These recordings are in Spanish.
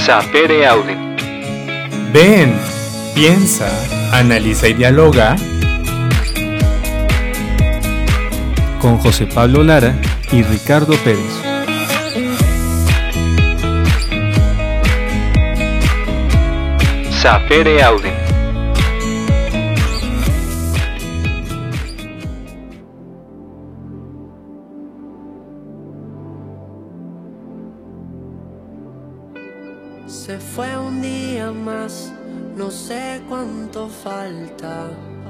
Sapere Aude. Ven, piensa, analiza y dialoga con José Pablo Lara y Ricardo Pérez. Sapere Aude. Se fue un día más, no sé cuánto falta.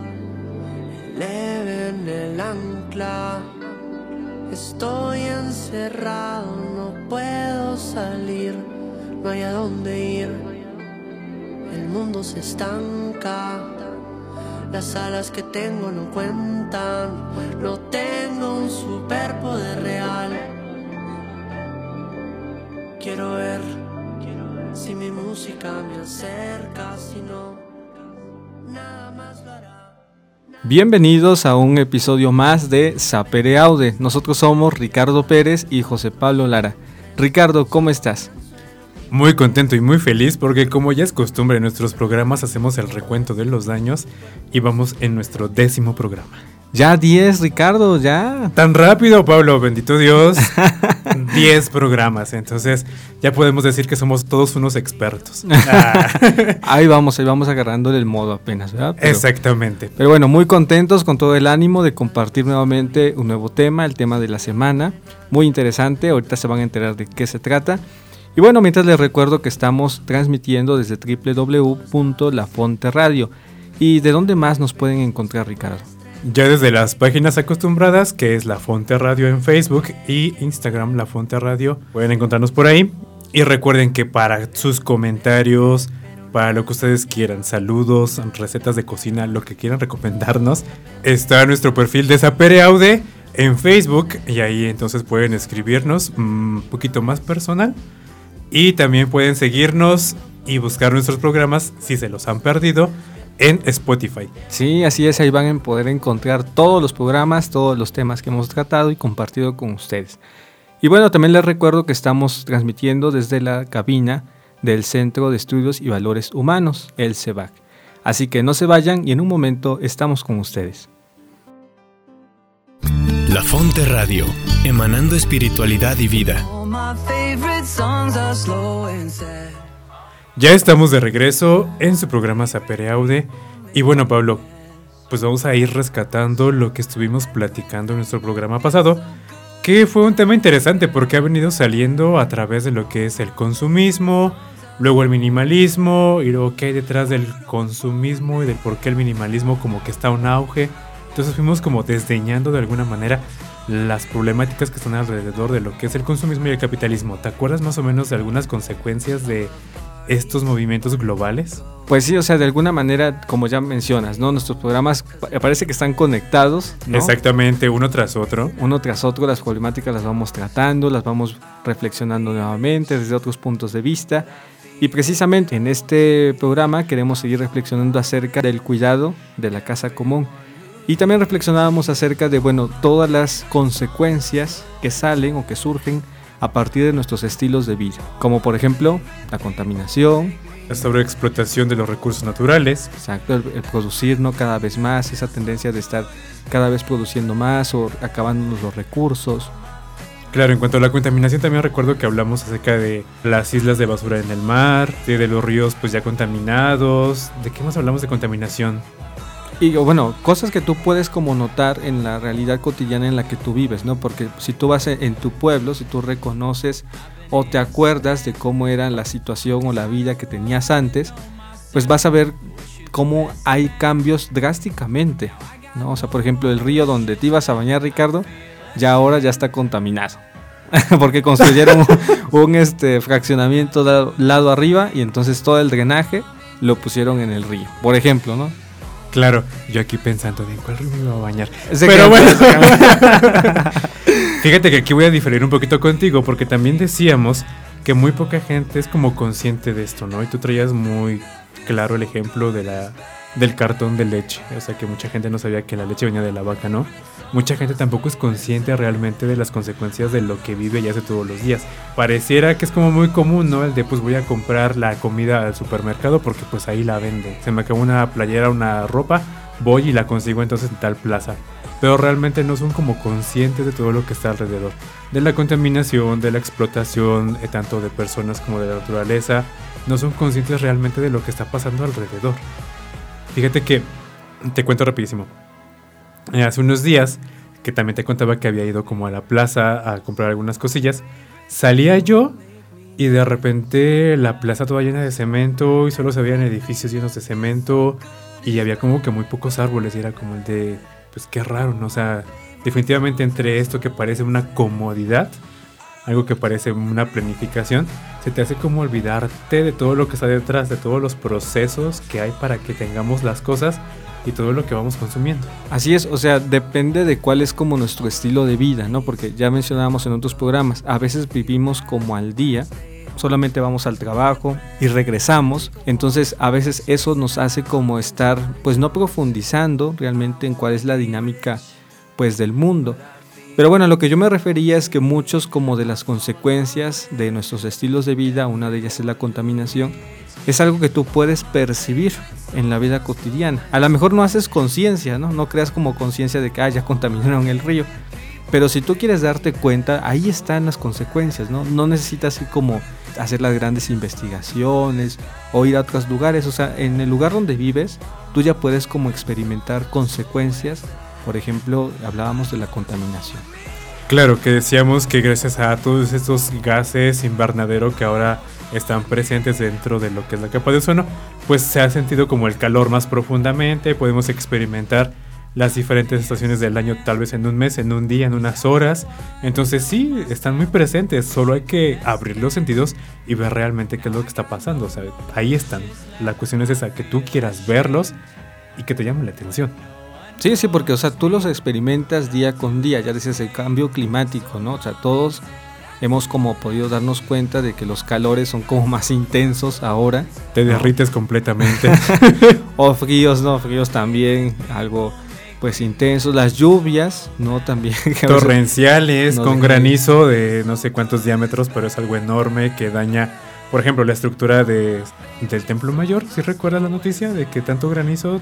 Leve en el ancla, estoy encerrado, no puedo salir, no hay a dónde ir. El mundo se estanca, las alas que tengo no cuentan, no tengo un superpoder real. Quiero ver si mi música me acerca, si no, nada más lo hará. Bienvenidos a un episodio más de Sapere Aude. Nosotros somos Ricardo Pérez y José Pablo Lara. Ricardo, ¿cómo estás? Muy contento y muy feliz porque, como ya es costumbre en nuestros programas, hacemos el recuento de los años y vamos en nuestro 10º programa. Ya 10, Ricardo, ya. Tan rápido, Pablo, bendito Dios. 10 programas, entonces ya podemos decir que somos todos unos expertos. Ahí vamos agarrándole el modo apenas, ¿verdad? Exactamente. Pero bueno, muy contentos con todo el ánimo de compartir nuevamente un nuevo tema, el tema de la semana. Muy interesante, ahorita se van a enterar de qué se trata. Y bueno, mientras les recuerdo que estamos transmitiendo desde www.lafonteradio. ¿Y de dónde más nos pueden encontrar, Ricardo? Ya desde las páginas acostumbradas, que es La Fonte Radio en Facebook y Instagram, La Fonte Radio, pueden encontrarnos por ahí. Y recuerden que para sus comentarios, para lo que ustedes quieran, saludos, recetas de cocina, lo que quieran recomendarnos, está nuestro perfil de Sapere Aude en Facebook, y ahí entonces pueden escribirnos un poquito más personal. Y también pueden seguirnos y buscar nuestros programas si se los han perdido en Spotify. Sí, así es, ahí van a poder encontrar todos los programas, todos los temas que hemos tratado y compartido con ustedes. Y bueno, también les recuerdo que estamos transmitiendo desde la cabina del Centro de Estudios y Valores Humanos, el CEVAC. Así que no se vayan y en un momento estamos con ustedes. La Fonte Radio, emanando espiritualidad y vida. Ya estamos de regreso en su programa Sapere Aude. Y bueno, Pablo, pues vamos a ir rescatando lo que estuvimos platicando en nuestro programa pasado, que fue un tema interesante porque ha venido saliendo a través de lo que es el consumismo, luego el minimalismo y luego qué hay detrás del consumismo y del por qué el minimalismo como que está en auge. Entonces fuimos como desdeñando de alguna manera las problemáticas que están alrededor de lo que es el consumismo y el capitalismo. ¿Te acuerdas más o menos de algunas consecuencias de estos movimientos globales? Pues sí, o sea, de alguna manera, como ya mencionas, ¿no? Nuestros programas parece que están conectados, ¿no? Exactamente, uno tras otro. Uno tras otro, las problemáticas las vamos tratando, las vamos reflexionando nuevamente desde otros puntos de vista. Y precisamente en este programa queremos seguir reflexionando acerca del cuidado de la casa común. Y también reflexionábamos acerca de, bueno, todas las consecuencias que salen o que surgen a partir de nuestros estilos de vida, como por ejemplo la contaminación, la sobreexplotación de los recursos naturales. Exacto, el producir, ¿no? Cada vez más, esa tendencia de estar cada vez produciendo más o acabándonos los recursos. Claro, en cuanto a la contaminación también recuerdo que hablamos acerca de las islas de basura en el mar, de los ríos pues ya contaminados. ¿De qué más hablamos de contaminación? Y bueno, cosas que tú puedes como notar en la realidad cotidiana en la que tú vives, ¿no? Porque si tú vas en tu pueblo, si tú reconoces o te acuerdas de cómo era la situación o la vida que tenías antes, pues vas a ver cómo hay cambios drásticamente, ¿no? O sea, por ejemplo, el río donde te ibas a bañar, Ricardo, ya ahora ya está contaminado. Porque construyeron un fraccionamiento lado arriba y entonces todo el drenaje lo pusieron en el río, por ejemplo, ¿no? Claro, yo aquí pensando de en cuál río me iba a bañar. Pero bueno. Fíjate que aquí voy a diferir un poquito contigo porque también decíamos que muy poca gente es como consciente de esto, ¿no? Y tú traías muy claro el ejemplo de la del cartón de leche. O sea, que mucha gente no sabía que la leche venía de la vaca, ¿no? Mucha gente tampoco es consciente realmente de las consecuencias de lo que vive y hace todos los días. Pareciera que es como muy común, ¿no? El de pues voy a comprar la comida al supermercado porque pues ahí la venden. Se me acabó una playera, una ropa, voy y la consigo entonces en tal plaza. Pero realmente no son como conscientes de todo lo que está alrededor. De la contaminación, de la explotación, tanto de personas como de la naturaleza. No son conscientes realmente de lo que está pasando alrededor. Fíjate que, te cuento rapidísimo. Hace unos días, que también te contaba que había ido como a la plaza a comprar algunas cosillas, salía yo y de repente la plaza toda llena de cemento y solo se veían edificios llenos de cemento y había como que muy pocos árboles y era como el de, pues qué raro, ¿no? O sea, definitivamente entre esto que parece una comodidad, algo que parece una planificación, se te hace como olvidarte de todo lo que está detrás, de todos los procesos que hay para que tengamos las cosas y todo lo que vamos consumiendo. Así es, o sea, depende de cuál es como nuestro estilo de vida, ¿no? Porque ya mencionábamos en otros programas, a veces vivimos como al día, solamente vamos al trabajo y regresamos, entonces a veces eso nos hace como estar, pues no profundizando realmente en cuál es la dinámica, pues del mundo. Pero bueno, a lo que yo me refería es que muchos como de las consecuencias de nuestros estilos de vida, una de ellas es la contaminación, es algo que tú puedes percibir en la vida cotidiana. A lo mejor no haces conciencia, ¿no? No creas como conciencia de que ya contaminaron el río. Pero si tú quieres darte cuenta, ahí están las consecuencias, ¿no? No necesitas ir como hacer las grandes investigaciones o ir a otros lugares. O sea, en el lugar donde vives, tú ya puedes como experimentar consecuencias. Por ejemplo, hablábamos de la contaminación. Claro, que decíamos que gracias a todos estos gases invernadero que ahora están presentes dentro de lo que es la capa de ozono, pues se ha sentido como el calor más profundamente, podemos experimentar las diferentes estaciones del año tal vez en un mes, en un día, en unas horas. Entonces sí, están muy presentes, solo hay que abrir los sentidos y ver realmente qué es lo que está pasando. O sea, ahí están. La cuestión es esa, que tú quieras verlos y que te llamen la atención. Sí, porque o sea, tú los experimentas día con día, ya dices el cambio climático, ¿no? O sea, todos hemos como podido darnos cuenta de que los calores son como más intensos ahora. Te derrites completamente. O fríos, ¿no? Fríos también, algo pues intensos. Las lluvias, ¿no? También. Torrenciales, con granizo de no sé cuántos diámetros, pero es algo enorme que daña, por ejemplo, la estructura del Templo Mayor. ¿Sí recuerdas la noticia de que tanto granizo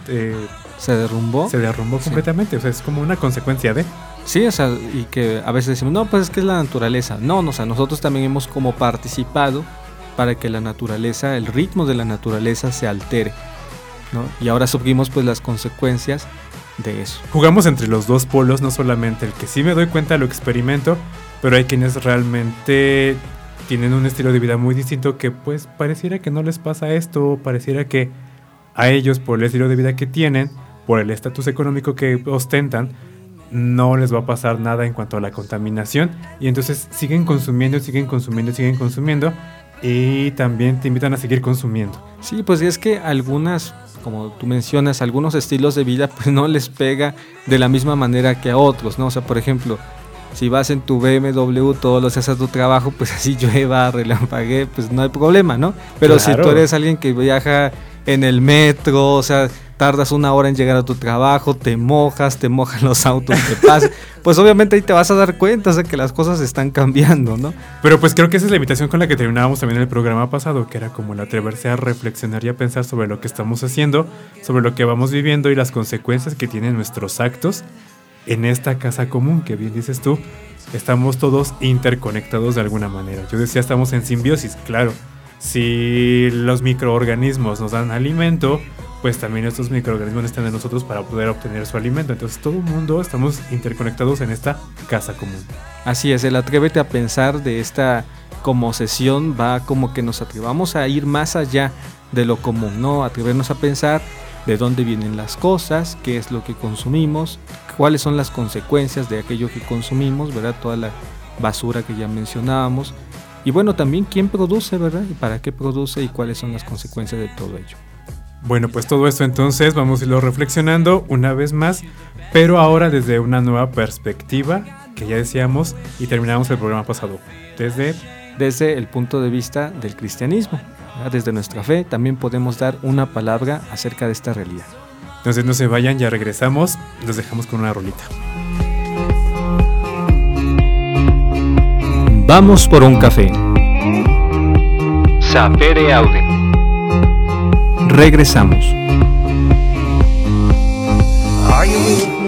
se derrumbó? Se derrumbó completamente, o sea, es como una consecuencia de... Sí, o sea, y que a veces decimos, no, pues es que es la naturaleza. No, o sea, nosotros también hemos como participado para que la naturaleza, el ritmo de la naturaleza se altere, ¿no? Y ahora sufrimos pues las consecuencias de eso. Jugamos entre los dos polos, no solamente el que sí me doy cuenta, lo experimento, pero hay quienes realmente tienen un estilo de vida muy distinto que pues pareciera que no les pasa esto, pareciera que a ellos por el estilo de vida que tienen, por el estatus económico que ostentan, no les va a pasar nada en cuanto a la contaminación y entonces siguen consumiendo y también te invitan a seguir consumiendo. Sí, pues es que algunas, como tú mencionas, algunos estilos de vida pues no les pega de la misma manera que a otros, ¿no? O sea, por ejemplo, si vas en tu BMW todos los días a tu trabajo, pues así llueva, relampaguee, pues no hay problema, ¿no? Pero claro, si tú eres alguien que viaja en el metro, o sea, tardas una hora en llegar a tu trabajo, te mojan los autos que pasan, pues obviamente ahí te vas a dar cuenta, o sea, que las cosas están cambiando, ¿no? Pero pues creo que esa es la invitación con la que terminábamos también en el programa pasado, que era como el atreverse a reflexionar y a pensar sobre lo que estamos haciendo, sobre lo que vamos viviendo y las consecuencias que tienen nuestros actos en esta casa común, que bien dices tú, estamos todos interconectados de alguna manera. Yo decía, estamos en simbiosis, claro. Si los microorganismos nos dan alimento, pues también estos microorganismos están en nosotros para poder obtener su alimento. Entonces todo el mundo estamos interconectados en esta casa común. Así es, el atrévete a pensar de esta como sesión va como que nos atrevamos a ir más allá de lo común, ¿no? Atrevernos a pensar de dónde vienen las cosas, qué es lo que consumimos, cuáles son las consecuencias de aquello que consumimos, ¿verdad? Toda la basura que ya mencionábamos. Y bueno, también quién produce, ¿verdad? Y para qué produce y cuáles son las consecuencias de todo ello. Bueno, pues todo esto entonces vamos a irlo reflexionando una vez más, pero ahora desde una nueva perspectiva, que ya decíamos, y terminamos el programa pasado, desde el punto de vista del cristianismo, ¿verdad? Desde nuestra fe también podemos dar una palabra acerca de esta realidad. Entonces no se vayan, ya regresamos. Los dejamos con una rolita. Vamos por un café. Sapere Aude. Regresamos. Are you with me?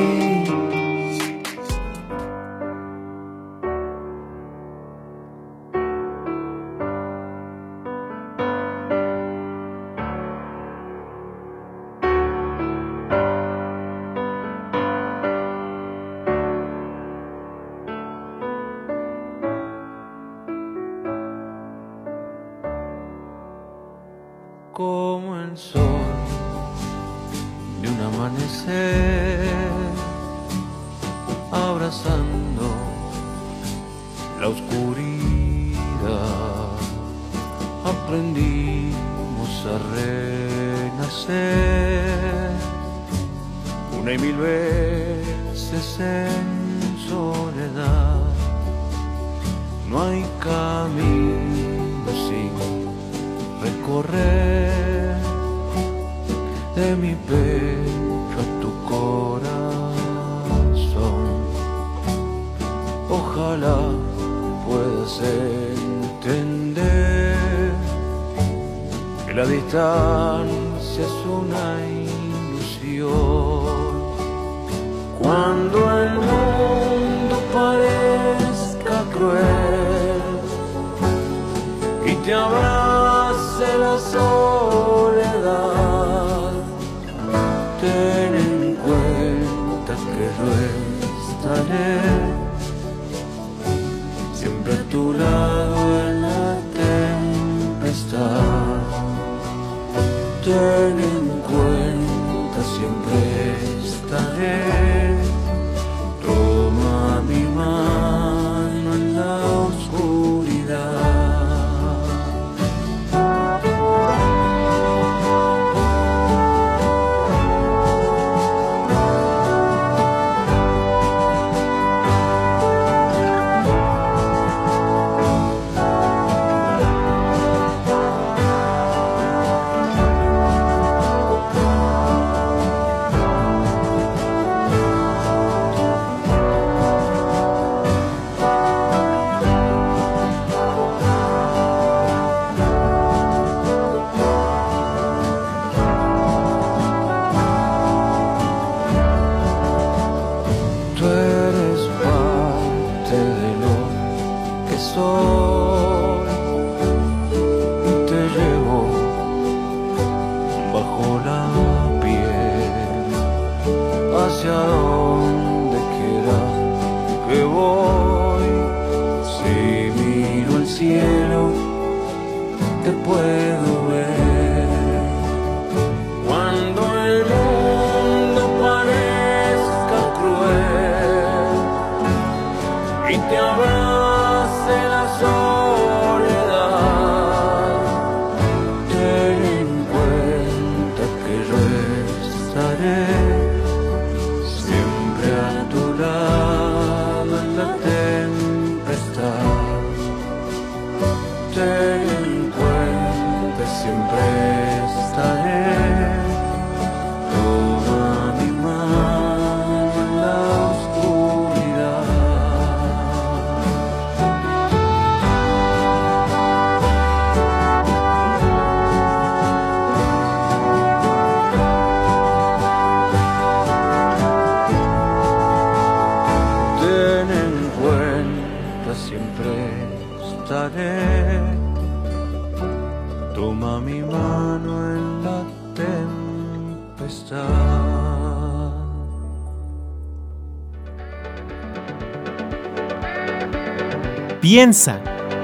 Como el sol de un amanecer, abrazando la oscuridad, aprendimos a renacer una y mil veces en soledad. No hay camino sin recorrer, de mi pecho a tu corazón. Ojalá puedas entender que la distancia es una ilusión. Cuando el mundo parezca cruel y te abrace la soledad, ten en cuenta que yo estaré siempre a tu lado en la tempestad. Ten en cuenta, siempre estaré. Toma mi mano en la oscuridad. Toma mi mano en la tempestad. Piensa.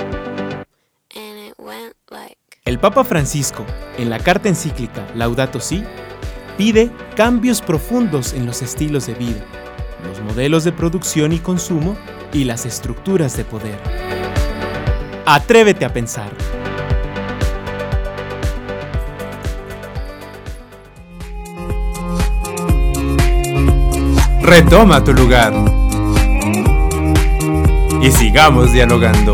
El Papa Francisco, en la carta encíclica Laudato Si, pide cambios profundos en los estilos de vida, los modelos de producción y consumo y las estructuras de poder. Atrévete a pensar. Retoma tu lugar y sigamos dialogando.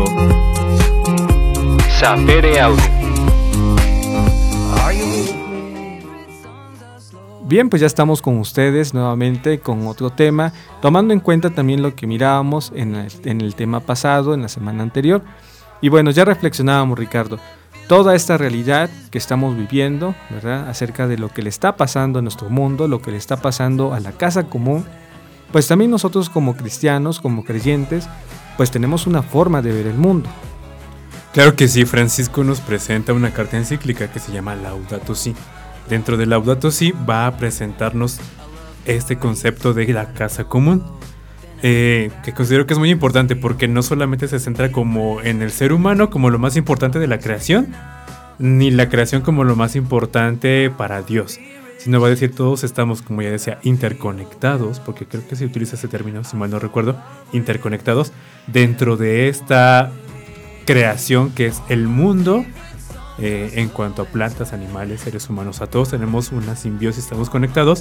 Sapere Aude. Bien, pues ya estamos con ustedes nuevamente con otro tema, tomando en cuenta también lo que mirábamos en el tema pasado, en la semana anterior. Y bueno, ya reflexionábamos, Ricardo, toda esta realidad que estamos viviendo, ¿verdad? Acerca de lo que le está pasando a nuestro mundo, lo que le está pasando a la casa común, pues también nosotros como cristianos, como creyentes, pues tenemos una forma de ver el mundo. Claro que sí, Francisco nos presenta una carta encíclica que se llama Laudato Si. Dentro de Laudato Si va a presentarnos este concepto de la casa común, que considero que es muy importante porque no solamente se centra como en el ser humano como lo más importante de la creación, ni la creación como lo más importante para Dios, sino va a decir todos estamos, como ya decía, interconectados, porque creo que se utiliza ese término, si mal no recuerdo, interconectados, dentro de esta creación que es el mundo. En cuanto a plantas, animales, seres humanos, a todos tenemos una simbiosis, estamos conectados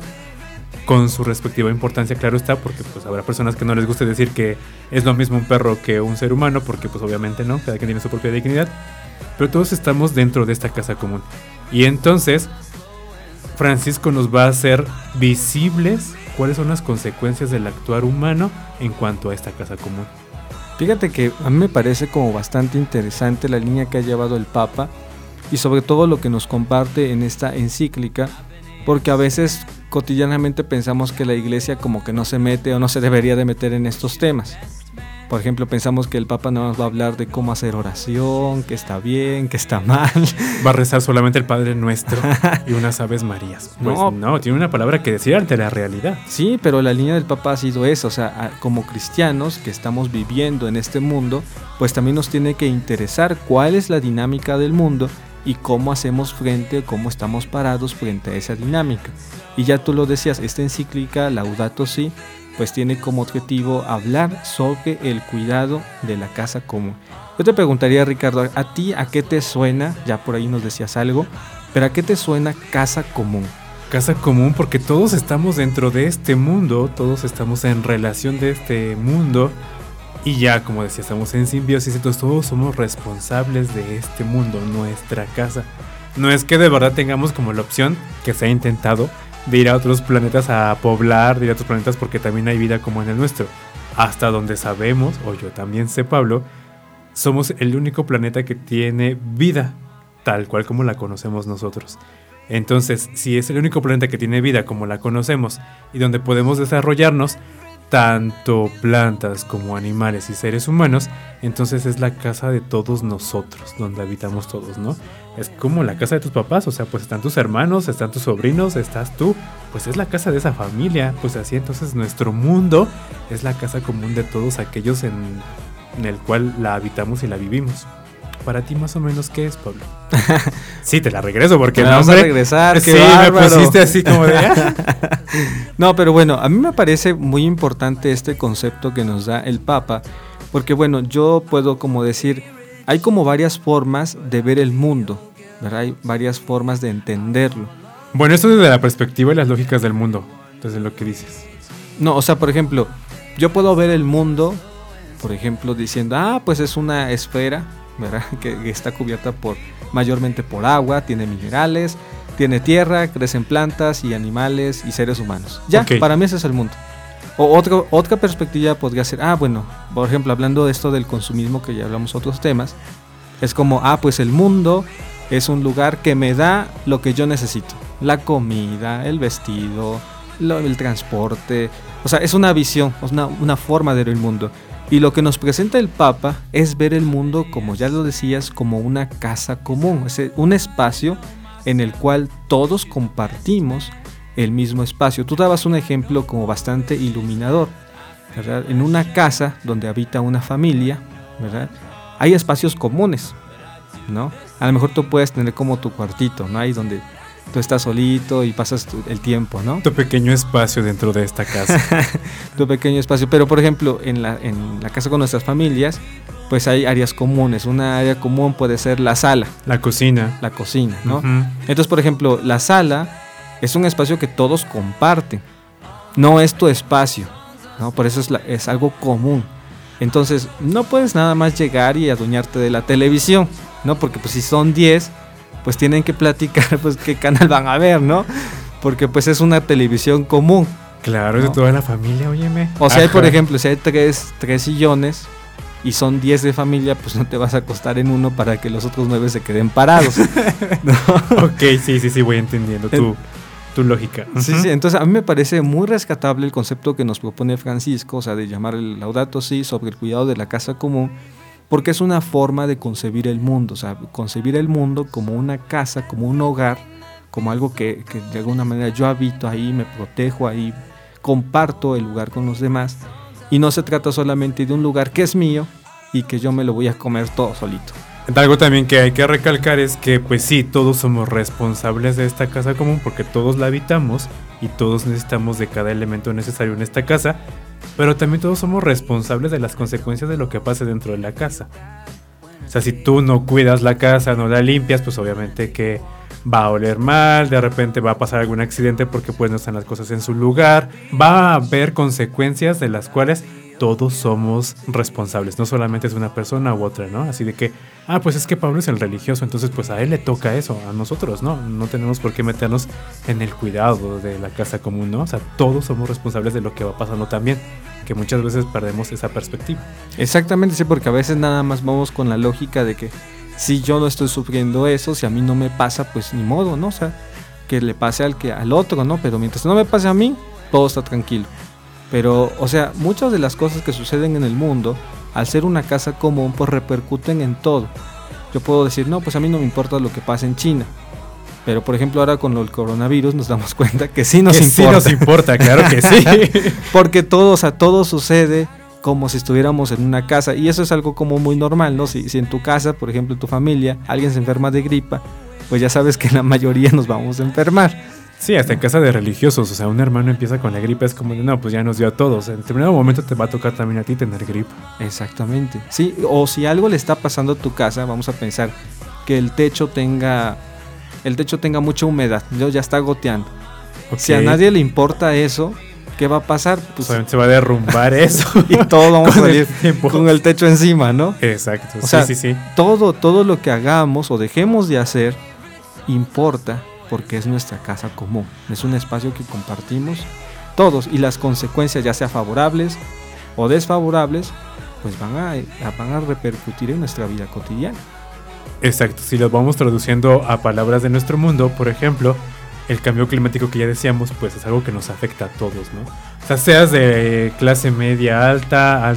con su respectiva importancia, claro está, porque pues habrá personas que no les guste decir que es lo mismo un perro que un ser humano, porque pues obviamente no, cada quien tiene su propia dignidad, pero todos estamos dentro de esta casa común. Y entonces Francisco nos va a hacer visibles cuáles son las consecuencias del actuar humano en cuanto a esta casa común. Fíjate que a mí me parece como bastante interesante la línea que ha llevado el Papa y sobre todo lo que nos comparte en esta encíclica, porque a veces cotidianamente pensamos que la iglesia como que no se mete o no se debería de meter en estos temas. Por ejemplo, pensamos que el Papa no nos va a hablar de cómo hacer oración, que está bien, que está mal. Va a rezar solamente el Padre Nuestro y unas Aves Marías. Pues no, tiene una palabra que decir ante la realidad. Sí, pero la línea del Papa ha sido esa, o sea, como cristianos que estamos viviendo en este mundo, pues también nos tiene que interesar cuál es la dinámica del mundo y cómo hacemos frente, cómo estamos parados frente a esa dinámica. Y ya tú lo decías, esta encíclica Laudato Si, pues tiene como objetivo hablar sobre el cuidado de la casa común. Yo te preguntaría, Ricardo, ¿a ti a qué te suena? Ya por ahí nos decías algo, pero ¿a qué te suena casa común? Casa común porque todos estamos dentro de este mundo, todos estamos en relación de este mundo y ya, como decía, estamos en simbiosis, entonces todos somos responsables de este mundo, nuestra casa. No es que de verdad tengamos como la opción, que se ha intentado, de ir a otros planetas a poblar, de ir a otros planetas porque también hay vida como en el nuestro. Hasta donde sabemos, o yo también sé, Pablo, somos el único planeta que tiene vida, tal cual como la conocemos nosotros. Entonces, si es el único planeta que tiene vida como la conocemos y donde podemos desarrollarnos, tanto plantas como animales y seres humanos, entonces es la casa de todos nosotros, donde habitamos todos, ¿no? Es como la casa de tus papás, o sea, pues están tus hermanos, están tus sobrinos, estás tú, pues es la casa de esa familia, pues así entonces nuestro mundo es la casa común de todos aquellos en el cual la habitamos y la vivimos. Para ti más o menos, ¿qué es, Pablo? Sí, te la regreso porque no vamos a regresar. Sí, bárbaro. Me pusiste así como de... No, pero bueno, a mí me parece muy importante este concepto que nos da el Papa, porque bueno, yo puedo como decir, hay como varias formas de ver el mundo, ¿verdad? Hay varias formas de entenderlo. Bueno, esto desde la perspectiva y las lógicas del mundo, desde lo que dices. No, o sea, por ejemplo, yo puedo ver el mundo, por ejemplo, diciendo, pues es una esfera, ¿verdad? Que está cubierta mayormente por agua, tiene minerales, tiene tierra, crecen plantas y animales y seres humanos. Ya, okay. Para mí ese es el mundo. O otra perspectiva podría ser, bueno, por ejemplo, hablando de esto del consumismo, que ya hablamos otros temas, es como, pues el mundo es un lugar que me da lo que yo necesito. La comida, el vestido, el transporte. O sea, es una visión, una forma de ver el mundo. Y lo que nos presenta el Papa es ver el mundo, como ya lo decías, como una casa común. Es un espacio en el cual todos compartimos el mismo espacio. Tú dabas un ejemplo como bastante iluminador, ¿verdad? En una casa donde habita una familia, ¿verdad? Hay espacios comunes, ¿no? A lo mejor tú puedes tener como tu cuartito, ¿no? Ahí donde tú estás solito y pasas el tiempo, ¿no? Tu pequeño espacio dentro de esta casa. Tu pequeño espacio. Pero, por ejemplo, en la casa con nuestras familias, pues hay áreas comunes. Una área común puede ser la sala. La cocina. La cocina, ¿no? Uh-huh. Entonces, por ejemplo, la sala es un espacio que todos comparten. No es tu espacio, ¿no? Por eso es algo común. Entonces, no puedes nada más llegar y adueñarte de la televisión, ¿no? Porque pues si son 10... pues tienen que platicar pues qué canal van a ver, ¿no? porque pues es una televisión común. Claro, es ¿no? de toda la familia, óyeme. O sea, hay, por Ajá. ejemplo, si hay tres sillones y son 10 de familia, pues no te vas a acostar en uno para que los otros 9 se queden parados. ¿no? Ok, sí, voy entendiendo tu lógica. Sí, Ujú. sí, entonces a mí me parece muy rescatable el concepto que nos propone Francisco, o sea, de llamar el Laudato Si sobre el cuidado de la casa común, porque es una forma de concebir el mundo, o sea, concebir el mundo como una casa, como un hogar, como algo que de alguna manera yo habito ahí, me protejo ahí, comparto el lugar con los demás, y no se trata solamente de un lugar que es mío y que yo me lo voy a comer todo solito. Algo también que hay que recalcar es que pues sí, todos somos responsables de esta casa común porque todos la habitamos y todos necesitamos de cada elemento necesario en esta casa, pero también todos somos responsables de las consecuencias de lo que pase dentro de la casa. O sea, si tú no cuidas la casa, no la limpias, pues obviamente que va a oler mal, de repente va a pasar algún accidente porque pues no están las cosas en su lugar, va a haber consecuencias de las cuales todos somos responsables, no solamente es una persona u otra, ¿no? Así de que, pues es que Pablo es el religioso, entonces pues a él le toca eso, a nosotros, ¿no? No tenemos por qué meternos en el cuidado de la casa común, ¿no? O sea, todos somos responsables de lo que va pasando también, que muchas veces perdemos esa perspectiva. Exactamente, sí, porque a veces nada más vamos con la lógica de que si yo no estoy sufriendo eso, si a mí no me pasa, pues ni modo, ¿no? O sea, que le pase al otro, ¿no? Pero mientras no me pase a mí, todo está tranquilo. Pero, o sea, muchas de las cosas que suceden en el mundo, al ser una casa común, pues repercuten en todo. Yo puedo decir, no, pues a mí no me importa lo que pase en China. Pero, por ejemplo, ahora con el coronavirus nos damos cuenta que sí nos importa. Sí nos importa, claro que sí. Porque todo, o sea, todo sucede como si estuviéramos en una casa. Y eso es algo como muy normal, ¿no? Si en tu casa, por ejemplo, en tu familia, alguien se enferma de gripa, pues ya sabes que la mayoría nos vamos a enfermar. Sí, hasta en casa de religiosos, o sea, un hermano empieza con la gripe, es como de, no, pues ya nos dio a todos, en determinado momento te va a tocar también a ti tener gripe. Exactamente. Sí, o si algo le está pasando a tu casa, vamos a pensar que el techo tenga mucha humedad, ya está goteando. Okay. Si a nadie le importa eso, ¿qué va a pasar? Pues se va a derrumbar eso. y todos vamos a salir tiempo con el techo encima, ¿no? Exacto, O sea, sí. Todo lo que hagamos o dejemos de hacer importa porque es nuestra casa común. Es un espacio que compartimos todos y las consecuencias, ya sea favorables o desfavorables, pues van a repercutir en nuestra vida cotidiana. Exacto, si los vamos traduciendo a palabras de nuestro mundo, por ejemplo, el cambio climático que ya decíamos, pues es algo que nos afecta a todos, ¿no? O sea, seas de clase media alta,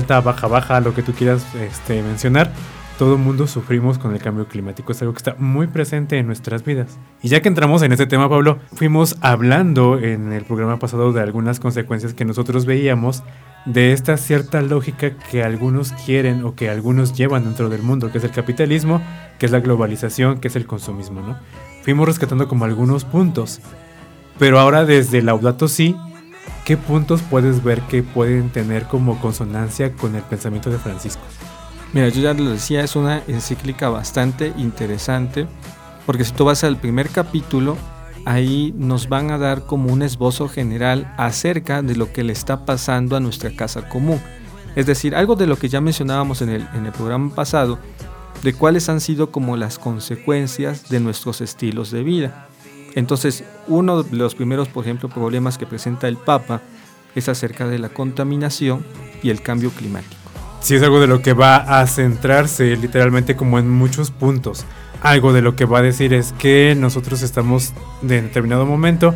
baja, lo que tú quieras mencionar, todo el mundo sufrimos con el cambio climático, es algo que está muy presente en nuestras vidas. Y ya que entramos en este tema, Pablo, fuimos hablando en el programa pasado de algunas consecuencias que nosotros veíamos de esta cierta lógica que algunos quieren o que algunos llevan dentro del mundo, que es el capitalismo, que es la globalización, que es el consumismo, ¿no? Fuimos rescatando como algunos puntos, pero ahora desde Laudato Si, ¿qué puntos puedes ver que pueden tener como consonancia con el pensamiento de Francisco? Mira, yo ya lo decía, es una encíclica bastante interesante, porque si tú vas al primer capítulo, ahí nos van a dar como un esbozo general acerca de lo que le está pasando a nuestra casa común. Es decir, algo de lo que ya mencionábamos en el programa pasado, de cuáles han sido como las consecuencias de nuestros estilos de vida. Entonces, uno de los primeros, por ejemplo, problemas que presenta el Papa es acerca de la contaminación y el cambio climático. Sí, es algo de lo que va a centrarse literalmente como en muchos puntos. Algo de lo que va a decir es que nosotros estamos de determinado momento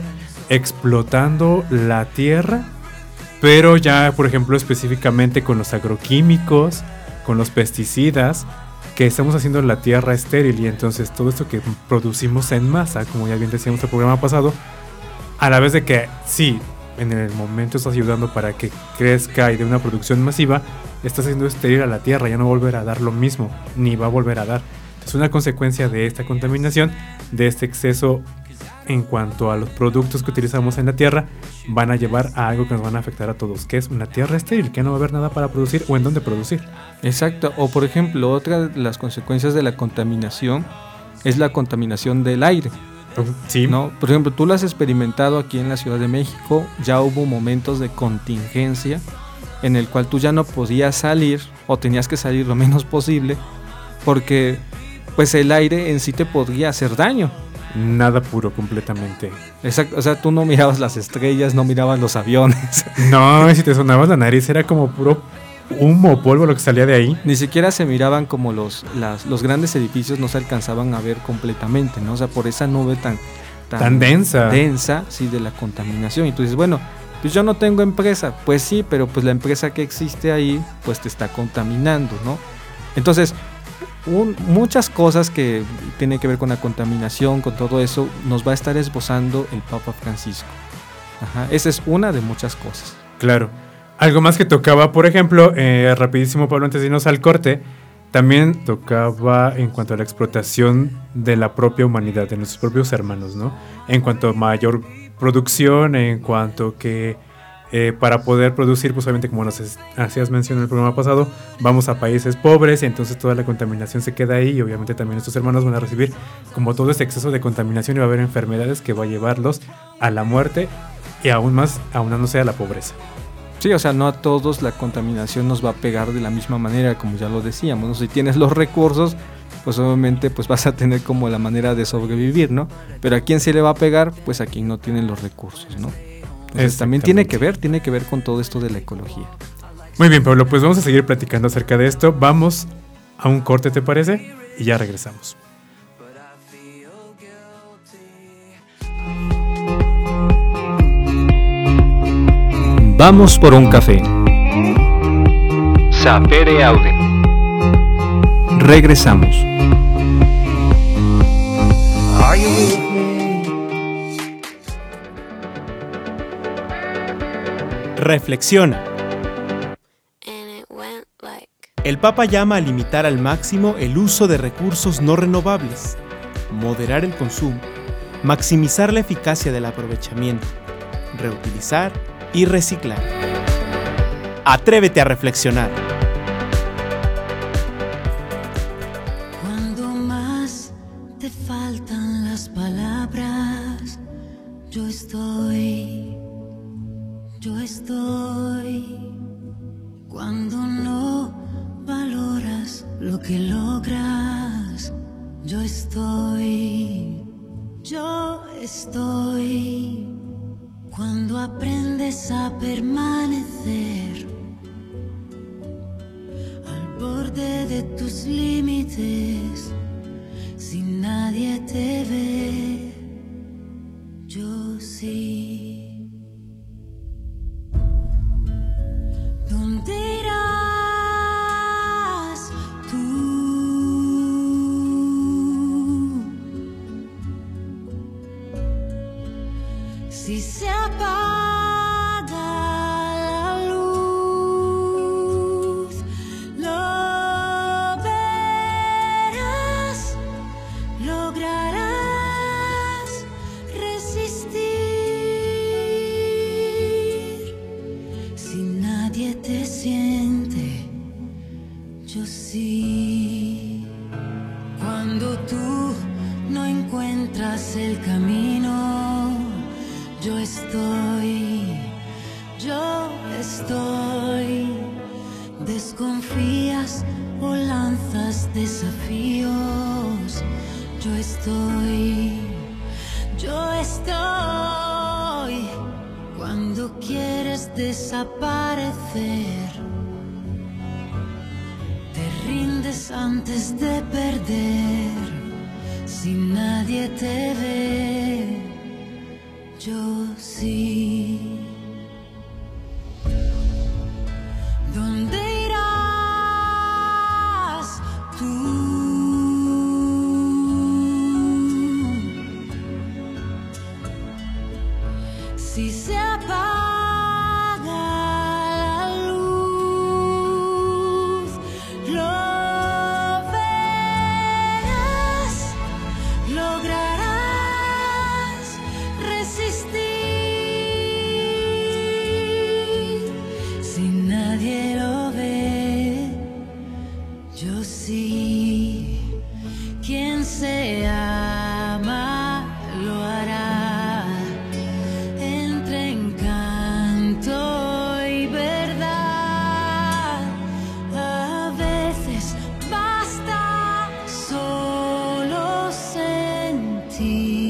explotando la tierra, pero ya, por ejemplo, específicamente con los agroquímicos, con los pesticidas, que estamos haciendo la tierra estéril, y entonces todo esto que producimos en masa, como ya bien decíamos en el programa pasado, a la vez de que sí, en el momento estás ayudando para que crezca y de una producción masiva, estás haciendo estéril a la tierra, ya no volverá a dar lo mismo, ni va a volver a dar. Es una consecuencia de esta contaminación, de este exceso en cuanto a los productos que utilizamos en la tierra, van a llevar a algo que nos van a afectar a todos, que es una tierra estéril, que no va a haber nada para producir o en dónde producir. Exacto, o por ejemplo, otra de las consecuencias de la contaminación es la contaminación del aire. Sí. ¿No? Por ejemplo, tú lo has experimentado aquí en la Ciudad de México, ya hubo momentos de contingencia en el cual tú ya no podías salir o tenías que salir lo menos posible porque pues el aire en sí te podría hacer daño. nada puro completamente. Exacto, o sea, tú no mirabas las estrellas, no mirabas los aviones. No, si te sonabas la nariz era como puro humo, polvo lo que salía de ahí. Ni siquiera se miraban como los grandes edificios, no se alcanzaban a ver completamente, ¿no? O sea, por esa nube tan densa, sí, de la contaminación. Y tú dices, bueno, pues yo no tengo empresa. Pues sí, pero pues la empresa que existe ahí, pues te está contaminando, ¿no? Entonces, muchas cosas que tienen que ver con la contaminación, con todo eso, nos va a estar esbozando el Papa Francisco. Ajá, esa es una de muchas cosas. Claro. Algo más que tocaba, por ejemplo, rapidísimo, Pablo, antes de irnos al corte, también tocaba en cuanto a la explotación de la propia humanidad, de nuestros propios hermanos, ¿no? En cuanto a mayor producción, en cuanto que para poder producir, pues obviamente como nos hacías mención en el programa pasado, vamos a países pobres y entonces toda la contaminación se queda ahí y obviamente también estos hermanos van a recibir como todo este exceso de contaminación y va a haber enfermedades que va a llevarlos a la muerte y aún más aunándose a la pobreza. Sí, o sea, no a todos la contaminación nos va a pegar de la misma manera, como ya lo decíamos, ¿no? Si tienes los recursos, pues obviamente pues vas a tener como la manera de sobrevivir, ¿no? Pero a quién se le va a pegar, pues a quien no tiene los recursos, ¿no? Entonces también tiene que ver con todo esto de la ecología. Muy bien, Pablo, pues vamos a seguir platicando acerca de esto. Vamos a un corte, ¿te parece? Y ya regresamos. Vamos por un café. Sapere Aude. Regresamos. Reflexiona. El Papa llama a limitar al máximo el uso de recursos no renovables, moderar el consumo, maximizar la eficacia del aprovechamiento, reutilizar y reciclar. Atrévete a reflexionar. Cuando más te faltan las palabras, yo estoy. Cuando no valoras lo que logras, yo estoy. Cuando aprendes a permanecer al borde de tus límites, si nadie te ve, yo sí. ¿Dónde irás tú? Si se apaga la luz, lo verás, lograrás resistir. Si nadie te siente, yo sí. Cuando tú no encuentras el camino, yo estoy. Desconfías o lanzas desafíos, yo estoy. Cuando quieres desaparecer, te rindes antes de perder. Si nadie te ve, yo sí. ¿Dónde irás tú? Si se apaga la luz, lo verás, lograrás resistir. Si nadie lo ve, yo sí. Quien se ama lo hará entre encanto y verdad. A veces basta solo sentir.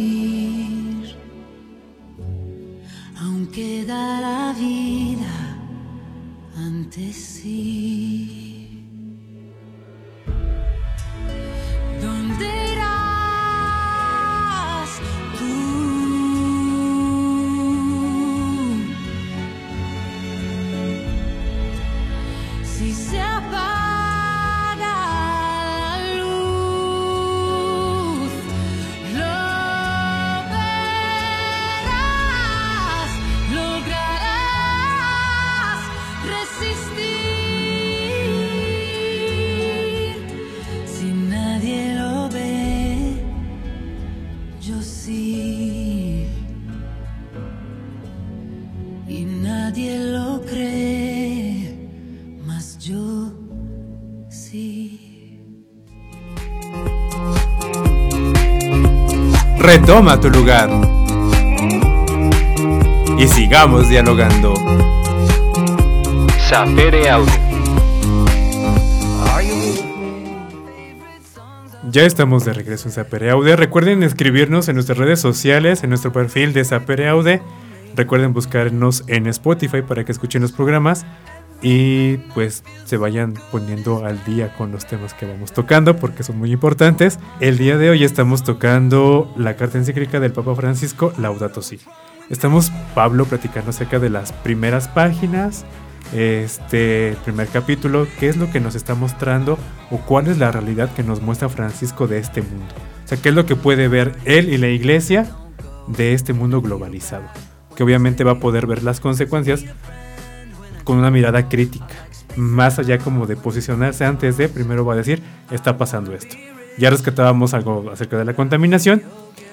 retoma tu lugar y sigamos dialogando. Sapere Aude. Ya estamos de regreso en Sapere Aude. Recuerden escribirnos en nuestras redes sociales, en nuestro perfil de Sapere Aude. Recuerden buscarnos en Spotify para que escuchen los programas y pues se vayan poniendo al día con los temas que vamos tocando porque son muy importantes. El día de hoy estamos tocando la carta encíclica del Papa Francisco, Laudato Si. Estamos, Pablo, platicando acerca de las primeras páginas, el primer capítulo, qué es lo que nos está mostrando o cuál es la realidad que nos muestra Francisco de este mundo. O sea, qué es lo que puede ver él y la iglesia de este mundo globalizado, que obviamente va a poder ver las consecuencias con una mirada crítica, más allá como de posicionarse antes de, primero va a decir, está pasando esto. Ya rescatábamos algo acerca de la contaminación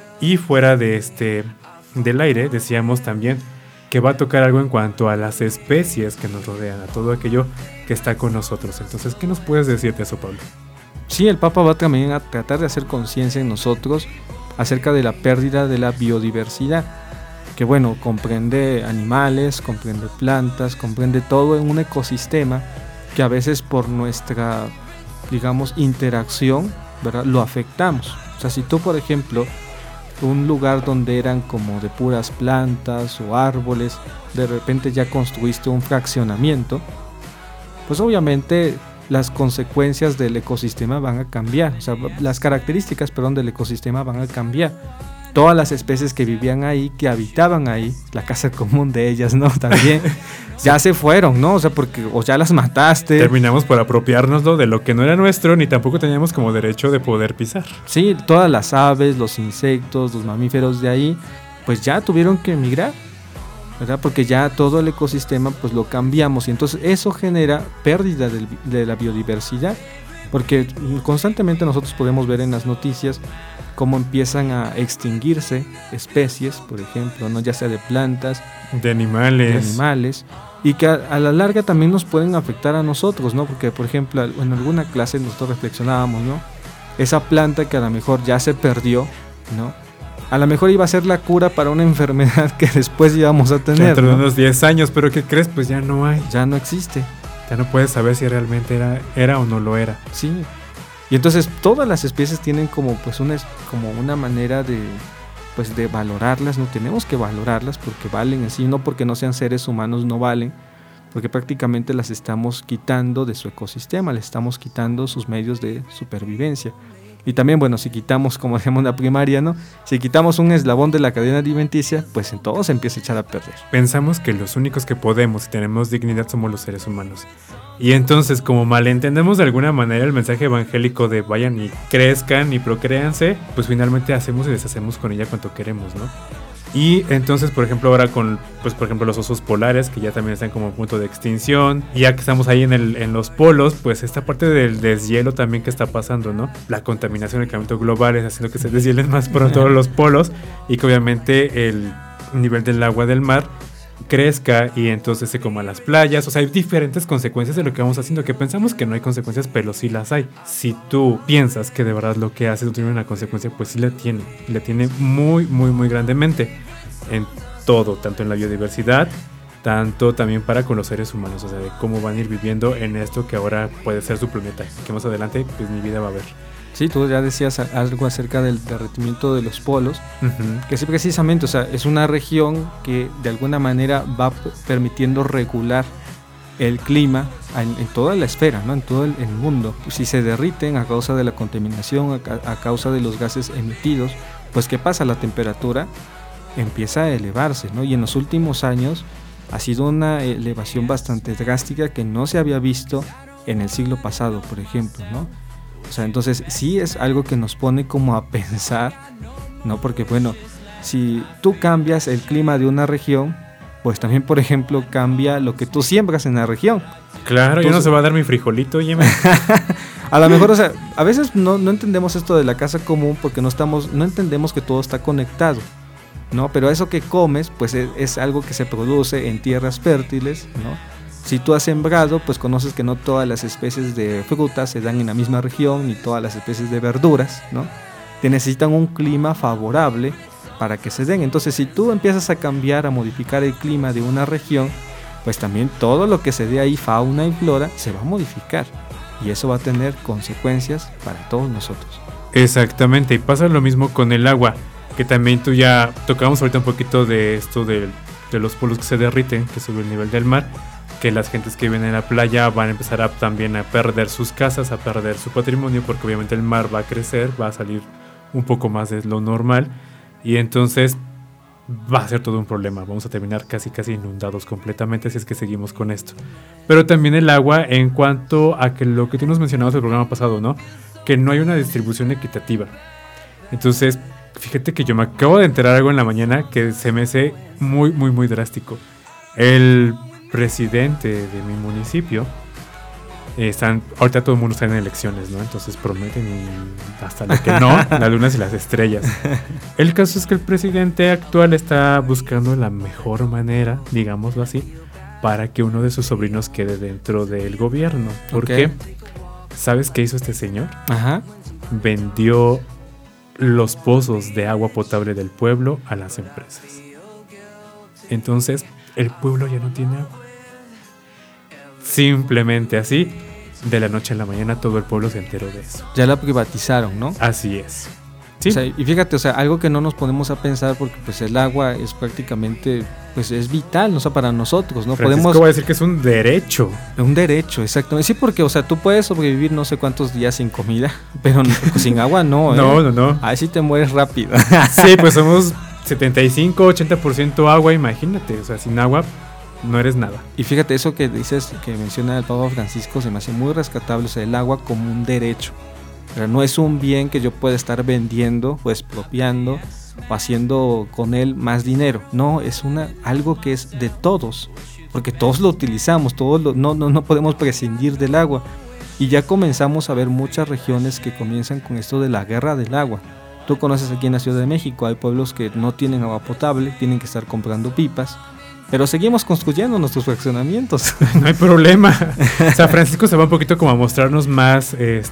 y fuera de del aire decíamos también que va a tocar algo en cuanto a las especies que nos rodean, a todo aquello que está con nosotros. Entonces, ¿qué nos puedes decir de eso, Pablo? Sí, el Papa va también a tratar de hacer conciencia en nosotros acerca de la pérdida de la biodiversidad, que bueno, comprende animales, comprende plantas, comprende todo en un ecosistema que a veces por nuestra, digamos, interacción, ¿verdad?, lo afectamos. O sea, si tú, por ejemplo, un lugar donde eran como de puras plantas o árboles, de repente ya construiste un fraccionamiento, pues obviamente las consecuencias del ecosistema van a cambiar, o sea, las características, del ecosistema van a cambiar. Todas las especies que vivían ahí, que habitaban ahí, la casa común de ellas, ¿no? También ya se fueron, ¿no? O sea, porque o ya las mataste. Terminamos por apropiárnoslo de lo que no era nuestro, ni tampoco teníamos como derecho de poder pisar. Sí, todas las aves, los insectos, los mamíferos de ahí, pues ya tuvieron que emigrar, ¿verdad? Porque ya todo el ecosistema pues lo cambiamos y entonces eso genera pérdida de la biodiversidad, porque constantemente nosotros podemos ver en las noticias cómo empiezan a extinguirse especies, por ejemplo, ¿no?, ya sea de plantas, de animales, y que a la larga también nos pueden afectar a nosotros, ¿no? Porque, por ejemplo, en alguna clase nosotros reflexionábamos, ¿no? Esa planta que a lo mejor ya se perdió, ¿no?, a lo mejor iba a ser la cura para una enfermedad que después íbamos a tener, dentro de ¿no?, unos 10 años, pero ¿qué crees? Pues ya no hay. Ya no existe. Ya no puedes saber si realmente era o no lo era. Sí. Y entonces todas las especies tienen como una manera de valorarlas, no tenemos que valorarlas porque valen en sí, no porque no sean seres humanos no valen, porque prácticamente las estamos quitando de su ecosistema, les estamos quitando sus medios de supervivencia. Y también, bueno, si quitamos, como decíamos en la primaria, ¿no?, si quitamos un eslabón de la cadena alimenticia, pues en todo se empieza a echar a perder. Pensamos que los únicos que podemos y tenemos dignidad somos los seres humanos. Y entonces, como malentendemos de alguna manera el mensaje evangélico de vayan y crezcan y procréanse, pues finalmente hacemos y deshacemos con ella cuanto queremos, ¿no? Y entonces, por ejemplo, ahora con, pues por ejemplo, los osos polares, que ya también están como a punto de extinción, y ya que estamos ahí en los polos, pues esta parte del deshielo también que está pasando, ¿no? La contaminación, el cambio global es haciendo que se deshielen más pronto los polos, y que obviamente el nivel del agua del mar crezca y entonces se coma las playas. O sea, hay diferentes consecuencias de lo que vamos haciendo, que pensamos que no hay consecuencias, pero sí las hay. Si tú piensas que de verdad lo que haces no tiene una consecuencia, pues sí la tiene. La tiene muy, muy, muy grandemente en todo, tanto en la biodiversidad, tanto también para con los seres humanos, o sea, de cómo van a ir viviendo en esto que ahora puede ser su planeta, que más adelante pues mi vida va a ver. Sí, tú ya decías algo acerca del derretimiento de los polos, que sí, precisamente, o sea, es una región que de alguna manera va permitiendo regular el clima en toda la esfera, ¿no?, en todo el mundo. Si se derriten a causa de la contaminación, a causa de los gases emitidos, pues ¿qué pasa? La temperatura empieza a elevarse, ¿no? Y en los últimos años ha sido una elevación bastante drástica que no se había visto en el siglo pasado, por ejemplo, ¿no? O sea, entonces sí es algo que nos pone como a pensar, ¿no? Porque bueno, si tú cambias el clima de una región, pues también, por ejemplo, cambia lo que tú siembras en la región. Claro, ya no se va a dar mi frijolito, oye. A lo mejor, o sea, a veces no entendemos esto de la casa común porque no entendemos que todo está conectado, ¿no? Pero eso que comes, pues es algo que se produce en tierras fértiles, ¿no? Si tú has sembrado, pues conoces que no todas las especies de frutas se dan en la misma región, ni todas las especies de verduras, ¿no? te necesitan un clima favorable para que se den. Entonces, si tú empiezas a cambiar, a modificar el clima de una región, pues también todo lo que se dé ahí, fauna y flora, se va a modificar. Y eso va a tener consecuencias para todos nosotros. Exactamente, y pasa lo mismo con el agua, que también tú ya tocamos ahorita un poquito de esto de los polos que se derriten, que sube el nivel del mar, que las gentes que viven en la playa van a empezar también a perder sus casas, a perder su patrimonio, porque obviamente el mar va a crecer, va a salir un poco más de lo normal, y entonces va a ser todo un problema. Vamos a terminar casi inundados completamente si es que seguimos con esto. Pero también el agua, en cuanto a que lo que tú nos mencionabas en el programa pasado, ¿no? Que no hay una distribución equitativa. Entonces, fíjate que yo me acabo de enterar algo en la mañana que se me hace muy, muy, muy drástico. El presidente de mi municipio, ahorita todo el mundo está en elecciones, ¿no? Entonces prometen y hasta lo que no, las lunas y las estrellas. El caso es que el presidente actual está buscando la mejor manera, digámoslo así, para que uno de sus sobrinos quede dentro del gobierno. ¿Por qué? ¿Sabes qué hizo este señor? Ajá. Vendió los pozos de agua potable del pueblo a las empresas. Entonces, el pueblo ya no tiene agua. Simplemente así, de la noche a la mañana, todo el pueblo se enteró de eso. Ya la privatizaron, ¿no? Así es. ¿Sí? O sea, y fíjate, o sea, algo que no nos ponemos a pensar, porque pues el agua es prácticamente, pues es vital, o sea, para nosotros, ¿no? Francisco va a decir que es un derecho. Un derecho, exactamente. Sí, porque, o sea, tú puedes sobrevivir no sé cuántos días sin comida, pero sin agua no, ¿eh? No. Ahí sí te mueres rápido. Sí, pues somos 75, 80% agua, imagínate, o sea, sin agua no eres nada. Y fíjate, eso que dices, que menciona el Papa Francisco, se me hace muy rescatable, o sea, el agua como un derecho. Pero no es un bien que yo pueda estar vendiendo o expropiando o haciendo con él más dinero. No, es algo que es de todos, porque todos lo utilizamos, no podemos prescindir del agua. Y ya comenzamos a ver muchas regiones que comienzan con esto de la guerra del agua. Tú conoces aquí en la Ciudad de México, hay pueblos que no tienen agua potable, tienen que estar comprando pipas. Pero seguimos construyendo nuestros fraccionamientos. No hay problema. O sea, Francisco se va un poquito como a mostrarnos más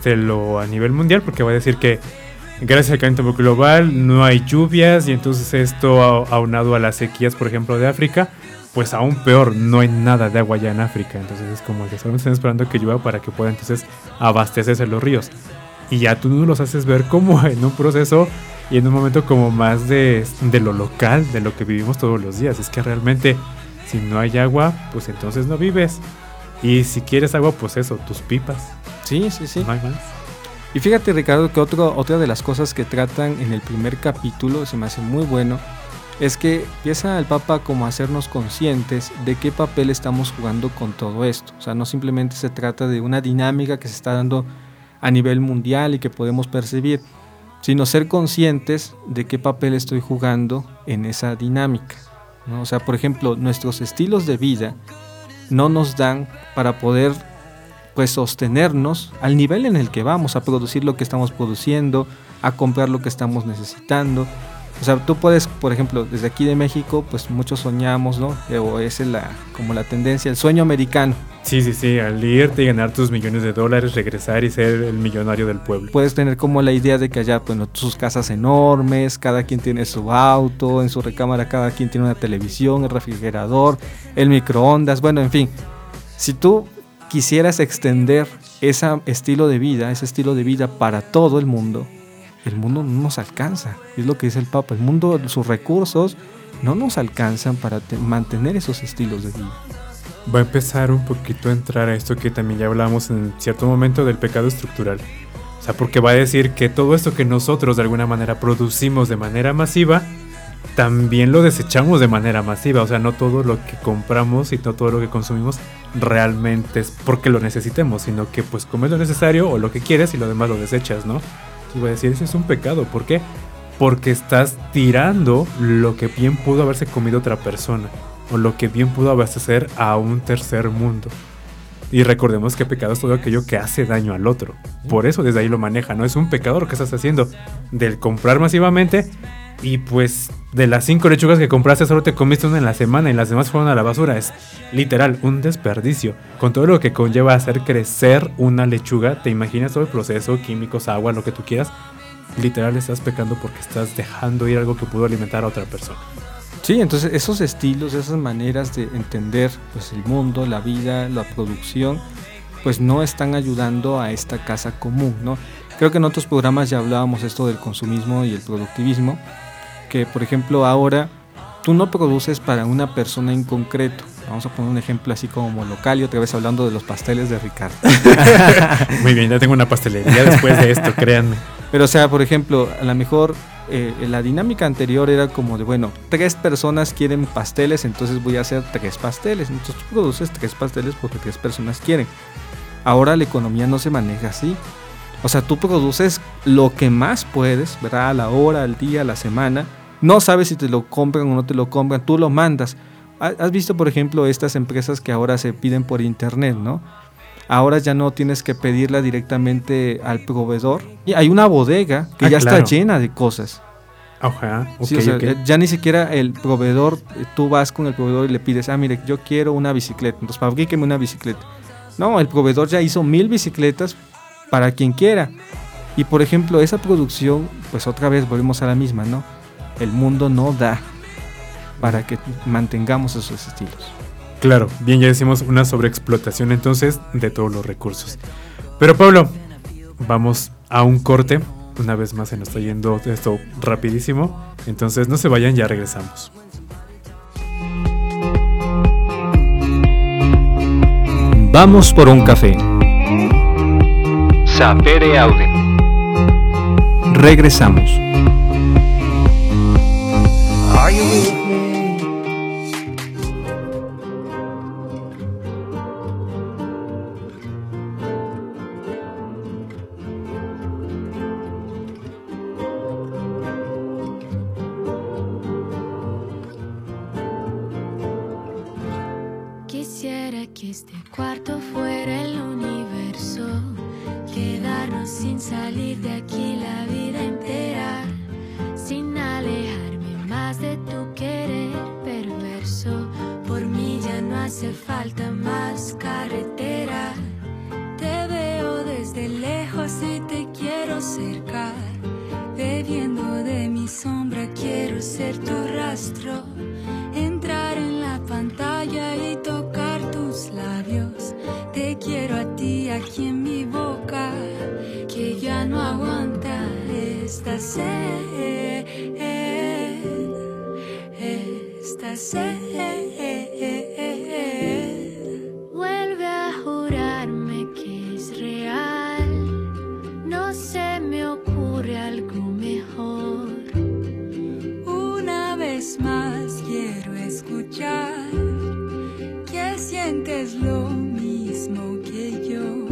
lo a nivel mundial, porque va a decir que gracias al calentamiento global no hay lluvias, y entonces esto aunado a las sequías, por ejemplo, de África, pues aún peor, no hay nada de agua ya en África. Entonces es como que solo están esperando que llueva para que pueda entonces abastecerse los ríos. Y ya tú nos los haces ver como en un proceso y en un momento como más de lo local, de lo que vivimos todos los días. Es que realmente si no hay agua, pues entonces no vives. Y si quieres agua, pues eso, tus pipas. Sí. No hay más. Y fíjate, Ricardo, que otra de las cosas que tratan en el primer capítulo, se me hace muy bueno, es que empieza el Papa como a hacernos conscientes de qué papel estamos jugando con todo esto. O sea, no simplemente se trata de una dinámica que se está dando a nivel mundial y que podemos percibir, sino ser conscientes de qué papel estoy jugando en esa dinámica, ¿no? O sea, por ejemplo, nuestros estilos de vida no nos dan para poder pues sostenernos al nivel en el que vamos, a producir lo que estamos produciendo, a comprar lo que estamos necesitando. O sea, tú puedes, por ejemplo, desde aquí de México, pues muchos soñamos, ¿no? O es como la tendencia, el sueño americano. Sí, al irte y ganar tus millones de dólares, regresar y ser el millonario del pueblo. Puedes tener como la idea de que allá, bueno, sus casas enormes, cada quien tiene su auto, en su recámara cada quien tiene una televisión, el refrigerador, el microondas, bueno, en fin. Si tú quisieras extender ese estilo de vida para todo el mundo no nos alcanza. Es lo que dice el Papa. El mundo, sus recursos no nos alcanzan para mantener esos estilos de vida. Va a empezar un poquito a entrar a esto que también ya hablamos en cierto momento del pecado estructural. O sea, porque va a decir que todo esto que nosotros de alguna manera producimos de manera masiva, también lo desechamos de manera masiva. O sea, no todo lo que compramos y no todo lo que consumimos realmente es porque lo necesitemos, sino que pues comes lo necesario o lo que quieres y lo demás lo desechas, ¿no? Y voy a decir, eso es un pecado. ¿Por qué? Porque estás tirando lo que bien pudo haberse comido otra persona, o lo que bien pudo abastecer a un tercer mundo. Y recordemos que pecado es todo aquello que hace daño al otro. Por eso desde ahí lo maneja, no es un pecado lo que estás haciendo del comprar masivamente, y pues de las 5 lechugas que compraste solo te comiste una en la semana y las demás fueron a la basura. Es literal un desperdicio. Con todo lo que conlleva hacer crecer una lechuga, te imaginas todo el proceso, químicos, agua, lo que tú quieras. literal estás pecando porque estás dejando ir algo que pudo alimentar a otra persona. Sí, entonces esos estilos, esas maneras de entender pues el mundo, la vida, la producción, pues no están ayudando a esta casa común, ¿no? Creo que en otros programas ya hablábamos esto del consumismo y el productivismo, que por ejemplo ahora tú no produces para una persona en concreto. Vamos a poner un ejemplo así como local y otra vez hablando de los pasteles de Ricardo. Muy bien, ya tengo una pastelería después de esto, créanme. Pero o sea, por ejemplo, a lo mejor la dinámica anterior era como de, bueno, 3 personas quieren pasteles, entonces voy a hacer 3 pasteles. Entonces tú produces 3 pasteles porque 3 personas quieren. Ahora la economía no se maneja así. O sea, tú produces lo que más puedes, ¿verdad? A la hora, al día, a la semana. No sabes si te lo compran o no te lo compran, tú lo mandas. ¿Has visto, por ejemplo, estas empresas que ahora se piden por internet, ¿no? Ahora ya no tienes que pedirla directamente al proveedor. Y hay una bodega que ya claro. está llena de cosas. Ajá, ok, Sí, o sea, ok. ya ni siquiera el proveedor, tú vas con el proveedor y le pides, mire, yo quiero una bicicleta, entonces fabríqueme una bicicleta. No, el proveedor ya hizo 1000 bicicletas para quien quiera. Y por ejemplo, esa producción, pues otra vez volvemos a la misma, ¿no? El mundo no da para que mantengamos esos estilos. Claro, bien, ya decimos una sobreexplotación entonces de todos los recursos. Pero Pablo, vamos a un corte. Una vez más se nos está yendo esto rapidísimo. Entonces no se vayan, ya regresamos. Vamos por un café. Sapere Aude. Regresamos. Are you with me? Quisiera que este cuarto fuera el universo, quedarnos sin salir de aquí la vida entera, sin alejarme más de tu querer perverso. Por mí ya no hace falta más carretera. Te veo desde lejos y te quiero cercar, bebiendo de mi sombra quiero ser tu rastro, entrar en la pantalla y tocar tus labios. Te quiero a ti aquí en mi boca, que ya no aguanta esta sed, esta sed. Vuelve a jurarme que es real, no se me ocurre algo mejor. Una vez más quiero escuchar que sientes lo mismo que yo.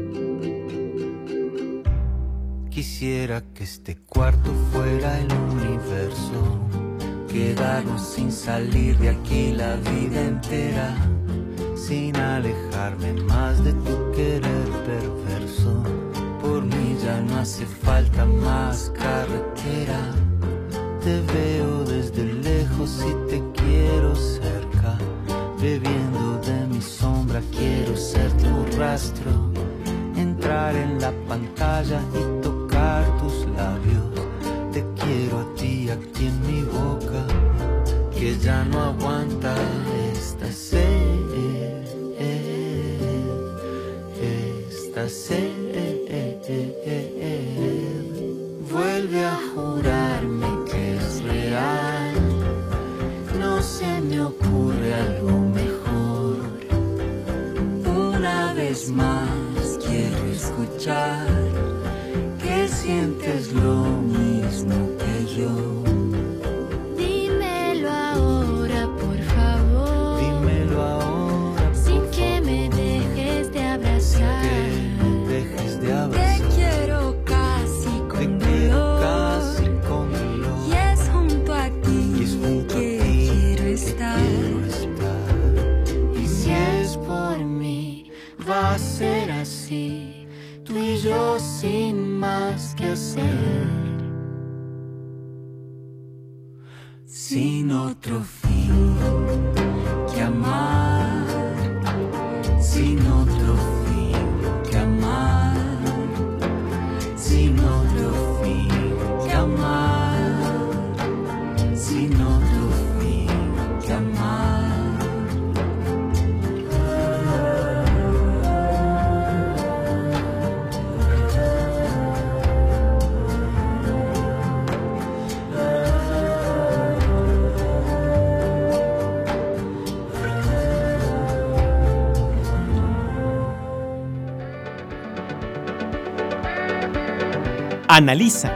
Quisiera que este cuarto fuera el universo, quedarnos sin salir de aquí la vida entera, sin alejarme más de tu querer perverso. Por mí ya no hace falta más carretera. Te veo desde lejos y te quiero cerca, bebiendo de mi sombra quiero ser tu rastro, entrar en la pantalla y tocar tus labios. Te quiero a ti aquí en mi boca, que ya no aguanta esta sed, esta sed. Vuelve a jurarme que es real, no se me ocurre algo mejor. Una vez más quiero escuchar que sientes lo mismo que yo. Dímelo ahora, por favor, Dímelo ahora, sin que me dejes de abrazar. que me dejes de Te abrazar. quiero casi Te con quiero dolor, casi con dolor, y es junto a ti y es junto a que ti quiero que estar. quiero estar. Y si es por mí, va a ser así, tú y yo sin más que hacer. Sin otro fin que amar, sin otro fin que amar, sin otro fin Analiza.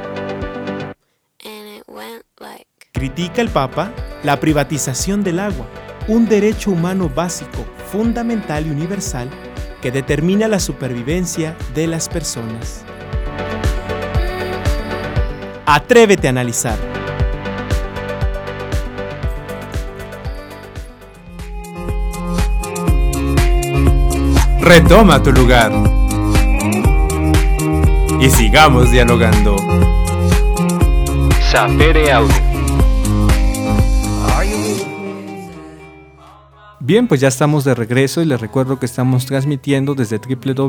Critica el Papa la privatización del agua, un derecho humano básico, fundamental y universal que determina la supervivencia de las personas. Atrévete a analizar. Retoma tu lugar y sigamos dialogando. Sapere Aude. Bien, pues ya estamos de regreso y les recuerdo que estamos transmitiendo desde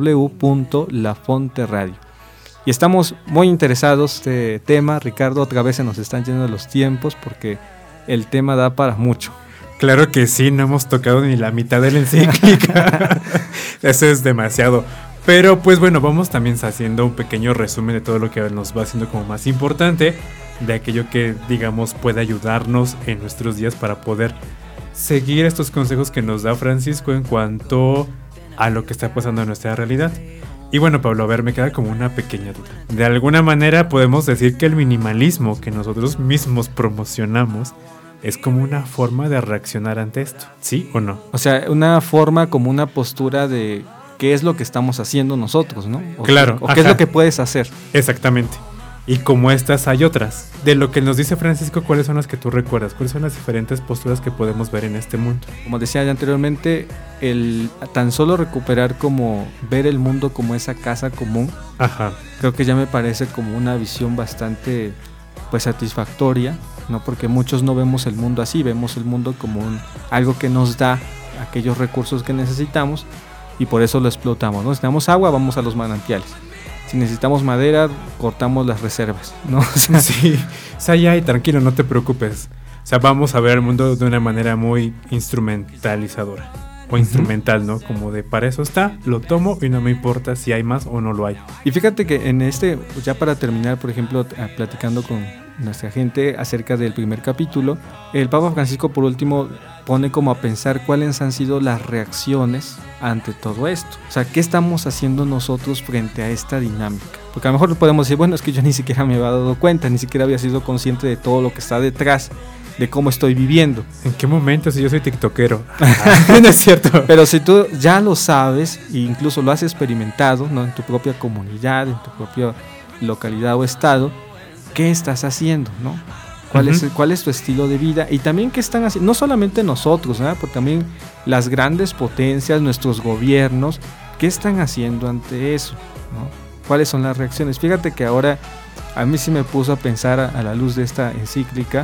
www.lafonte.radio. Y estamos muy interesados en este tema. Ricardo, otra vez se nos están yendo los tiempos porque el tema da para mucho. Claro que sí, no hemos tocado ni la mitad de la encíclica. Eso es demasiado. Pero pues bueno, vamos también haciendo un pequeño resumen de todo lo que nos va haciendo como más importante, de aquello que digamos puede ayudarnos en nuestros días para poder seguir estos consejos que nos da Francisco en cuanto a lo que está pasando en nuestra realidad. Y bueno, Pablo, a ver, me queda como una pequeña duda. De alguna manera podemos decir que el minimalismo que nosotros mismos promocionamos es como una forma de reaccionar ante esto, ¿sí o no? O sea, una forma como una postura de qué es lo que estamos haciendo nosotros, ¿no? Claro. O qué es lo que puedes hacer. Exactamente. Y como estas hay otras. De lo que nos dice Francisco, ¿cuáles son las que tú recuerdas? ¿Cuáles son las diferentes posturas que podemos ver en este mundo? Como decía ya anteriormente, el tan solo recuperar como ver el mundo como esa casa común. Ajá. Creo que ya me parece como una visión bastante pues satisfactoria, ¿no? Porque muchos no vemos el mundo así, vemos el mundo como algo que nos da aquellos recursos que necesitamos y por eso lo explotamos, ¿no? Si necesitamos agua, vamos a los manantiales. Si necesitamos madera, cortamos las reservas, ¿no? O sea, sí, o sea, ya, y tranquilo, no te preocupes. O sea, vamos a ver el mundo de una manera muy instrumentalizadora. O instrumental, ¿no? Como de para eso está, lo tomo y no me importa si hay más o no lo hay. Y fíjate que en ya para terminar, por ejemplo, platicando con nuestra gente acerca del primer capítulo, el Papa Francisco por último pone como a pensar cuáles han sido las reacciones ante todo esto. O sea, ¿qué estamos haciendo nosotros frente a esta dinámica? Porque a lo mejor podemos decir, bueno, es que yo ni siquiera me había dado cuenta, ni siquiera había sido consciente de todo lo que está detrás de cómo estoy viviendo. ¿En qué momento? Si yo soy tiktokero. No es cierto. Pero si tú ya lo sabes e incluso lo has experimentado, ¿no? En tu propia comunidad, en tu propia localidad o estado, ¿qué estás haciendo, no? ¿Cuál es tu estilo de vida? Y también qué están haciendo, no solamente nosotros, ¿no? Porque también las grandes potencias, nuestros gobiernos, ¿qué están haciendo ante eso, ¿no? ¿Cuáles son las reacciones? Fíjate que ahora a mí sí me puso a pensar a la luz de esta encíclica,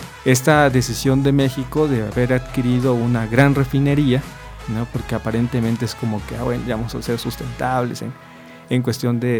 esta decisión de México de haber adquirido una gran refinería, ¿no? Porque aparentemente es como que bueno, ya vamos a ser sustentables en cuestión de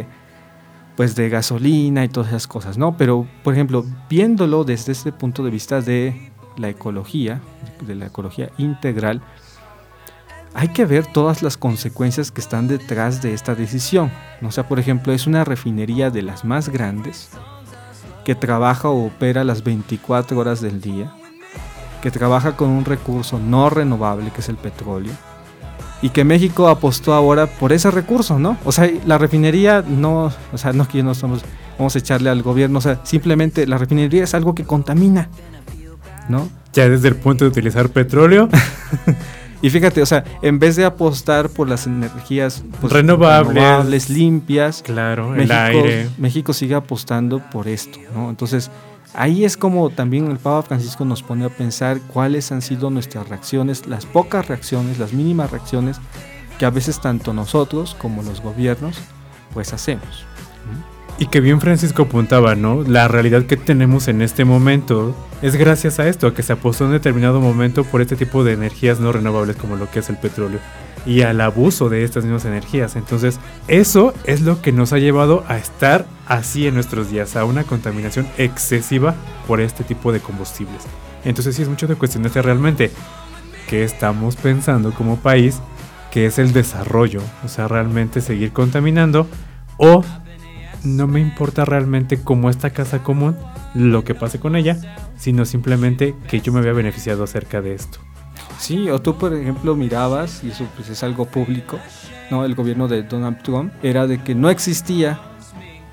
gasolina y todas esas cosas, ¿no? Pero, por ejemplo, viéndolo desde este punto de vista de la ecología integral, hay que ver todas las consecuencias que están detrás de esta decisión, ¿no? O sea, por ejemplo, es una refinería de las más grandes, que trabaja o opera las 24 horas del día, que trabaja con un recurso no renovable que es el petróleo, y que México apostó ahora por ese recurso, ¿no? O sea, la refinería no es que no estamos, vamos a echarle al gobierno, o sea, simplemente la refinería es algo que contamina, ¿no? Ya desde el punto de utilizar petróleo. Y fíjate, o sea, en vez de apostar por las energías renovables, limpias, claro, el aire, México sigue apostando por esto, ¿no? Entonces, ahí es como también el Papa Francisco nos pone a pensar cuáles han sido nuestras reacciones, las pocas reacciones, las mínimas reacciones que a veces tanto nosotros como los gobiernos pues hacemos. Y que bien Francisco apuntaba, ¿no? La realidad que tenemos en este momento es gracias a esto, a que se apostó en determinado momento por este tipo de energías no renovables como lo que es el petróleo y al abuso de estas mismas energías. Entonces, eso es lo que nos ha llevado a estar así en nuestros días, a una contaminación excesiva por este tipo de combustibles. Entonces, sí es mucho de cuestionarse realmente qué estamos pensando como país, qué es el desarrollo, o sea, realmente seguir contaminando o no me importa realmente como esta casa común, lo que pase con ella, sino simplemente que yo me vea beneficiado acerca de esto. Sí, o tú por ejemplo mirabas, y eso pues es algo público, ¿no? El gobierno de Donald Trump era de que no existía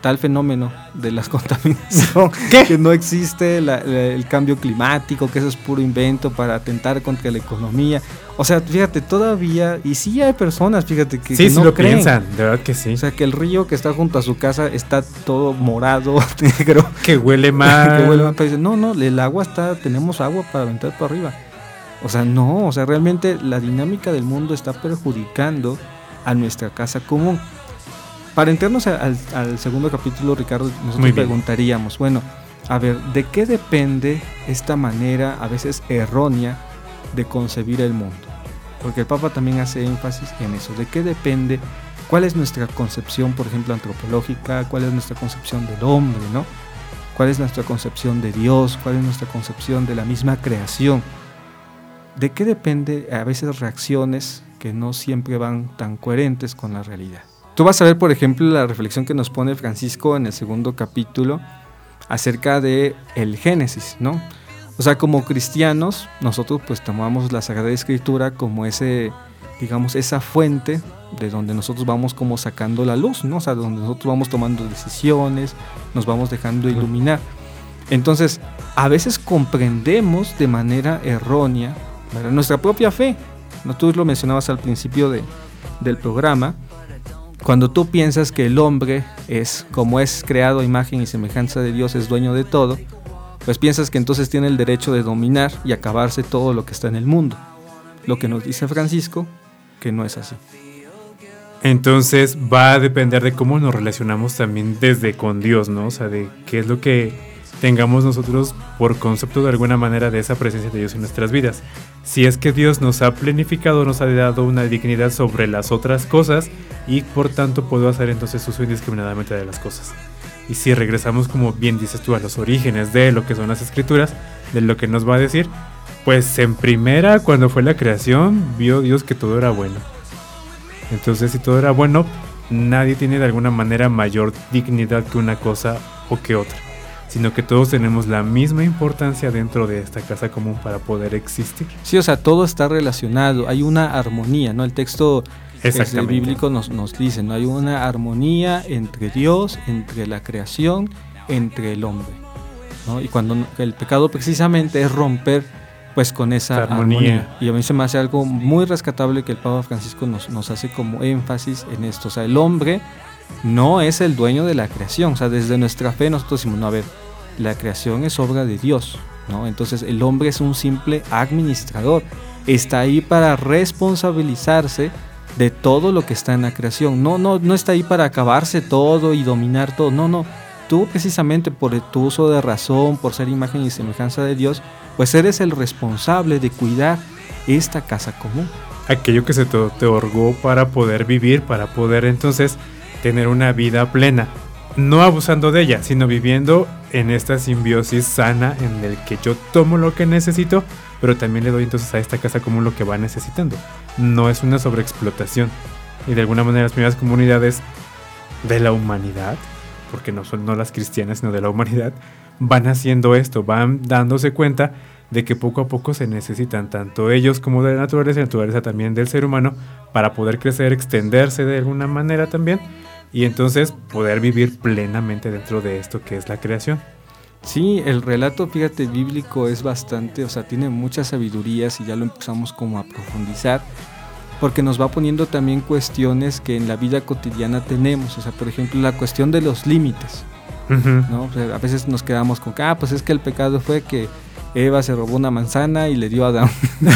tal fenómeno de la contaminación, que no existe el cambio climático, que eso es puro invento para atentar contra la economía. O sea, fíjate, todavía, y sí hay personas, fíjate, que sí, no lo creen. piensan, de verdad que sí. O sea, que el río que está junto a su casa está todo morado, negro. Que huele mal. Que huele mal, pero dicen, no, el agua tenemos agua para aventar para arriba. O sea, no, o sea, realmente la dinámica del mundo está perjudicando a nuestra casa común. Para entrarnos al segundo capítulo, Ricardo, nosotros preguntaríamos, bueno, a ver, ¿de qué depende esta manera a veces errónea de concebir el mundo? Porque el Papa también hace énfasis en eso. ¿De qué depende? ¿Cuál es nuestra concepción, por ejemplo, antropológica? ¿Cuál es nuestra concepción del hombre, no? ¿Cuál es nuestra concepción de Dios? ¿Cuál es nuestra concepción de la misma creación? ¿De qué depende a veces reacciones que no siempre van tan coherentes con la realidad? Tú vas a ver, por ejemplo, la reflexión que nos pone Francisco en el segundo capítulo acerca de el Génesis, ¿no? O sea, como cristianos, nosotros pues tomamos la Sagrada Escritura como esa fuente de donde nosotros vamos como sacando la luz, ¿no? O sea, donde nosotros vamos tomando decisiones, nos vamos dejando iluminar. Entonces, a veces comprendemos de manera errónea, ¿verdad?, nuestra propia fe. ¿No? Tú lo mencionabas al principio del programa. Cuando tú piensas que el hombre como es creado a imagen y semejanza de Dios, es dueño de todo, pues piensas que entonces tiene el derecho de dominar y acabarse todo lo que está en el mundo. Lo que nos dice Francisco, que no es así. Entonces va a depender de cómo nos relacionamos también desde con Dios, ¿no? O sea, de qué es lo que tengamos nosotros por concepto de alguna manera de esa presencia de Dios en nuestras vidas. Si es que Dios nos ha planificado, nos ha dado una dignidad sobre las otras cosas y por tanto puedo hacer entonces uso indiscriminadamente de las cosas. Y si regresamos, como bien dices tú, a los orígenes de lo que son las escrituras, de lo que nos va a decir, pues en primera, cuando fue la creación, vio Dios que todo era bueno. Entonces, si todo era bueno, nadie tiene de alguna manera mayor dignidad que una cosa o que otra, sino que todos tenemos la misma importancia dentro de esta casa común para poder existir. Sí, o sea, todo está relacionado, hay una armonía, ¿no? El texto bíblico nos dice, ¿no? Hay una armonía entre Dios, entre la creación, entre el hombre, ¿no? Y cuando el pecado precisamente es romper pues con esa armonía. Y a mí se me hace algo muy rescatable que el Papa Francisco nos hace como énfasis en esto. O sea, el hombre no es el dueño de la creación. O sea, desde nuestra fe nosotros decimos, no, a ver, la creación es obra de Dios, ¿no? Entonces el hombre es un simple administrador. Está ahí para responsabilizarse de todo lo que está en la creación. No está ahí para acabarse todo y dominar todo. No. Tú precisamente por tu uso de razón, por ser imagen y semejanza de Dios, pues eres el responsable de cuidar esta casa común. Aquello que se te otorgó para poder vivir, para poder entonces tener una vida plena. No abusando de ella, sino viviendo en esta simbiosis sana en el que yo tomo lo que necesito, pero también le doy entonces a esta casa común lo que va necesitando. No es una sobreexplotación. Y de alguna manera las primeras comunidades de la humanidad, porque no son las cristianas, sino de la humanidad, van haciendo esto, van dándose cuenta de que poco a poco se necesitan tanto ellos como de la naturaleza también del ser humano, para poder crecer, extenderse de alguna manera también, y entonces poder vivir plenamente dentro de esto que es la creación. Sí, el relato, fíjate, bíblico es bastante, o sea, tiene muchas sabidurías y ya lo empezamos como a profundizar, porque nos va poniendo también cuestiones que en la vida cotidiana tenemos. O sea, por ejemplo, la cuestión de los límites, ¿no? O sea, a veces nos quedamos con que, pues es que el pecado fue que Eva se robó una manzana y le dio a Adán.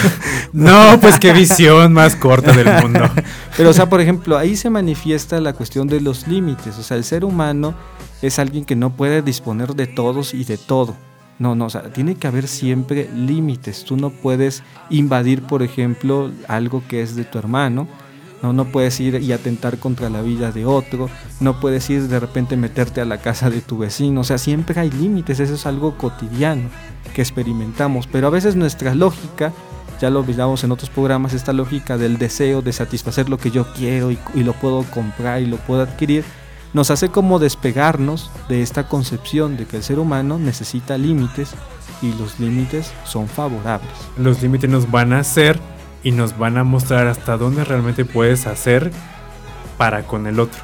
No, pues qué visión más corta del mundo. Pero, o sea, por ejemplo, ahí se manifiesta la cuestión de los límites. O sea, el ser humano es alguien que no puede disponer de todos y de todo. No, o sea, tiene que haber siempre límites. Tú no puedes invadir, por ejemplo, algo que es de tu hermano. No puedes ir y atentar contra la vida de otro. No puedes ir de repente meterte a la casa de tu vecino. O sea, siempre hay límites. Eso es algo cotidiano que experimentamos. Pero a veces nuestra lógica, ya lo vimos en otros programas, esta lógica del deseo de satisfacer lo que yo quiero y lo puedo comprar y lo puedo adquirir, nos hace como despegarnos de esta concepción de que el ser humano necesita límites y los límites son favorables. Los límites nos van a hacer y nos van a mostrar hasta dónde realmente puedes hacer para con el otro.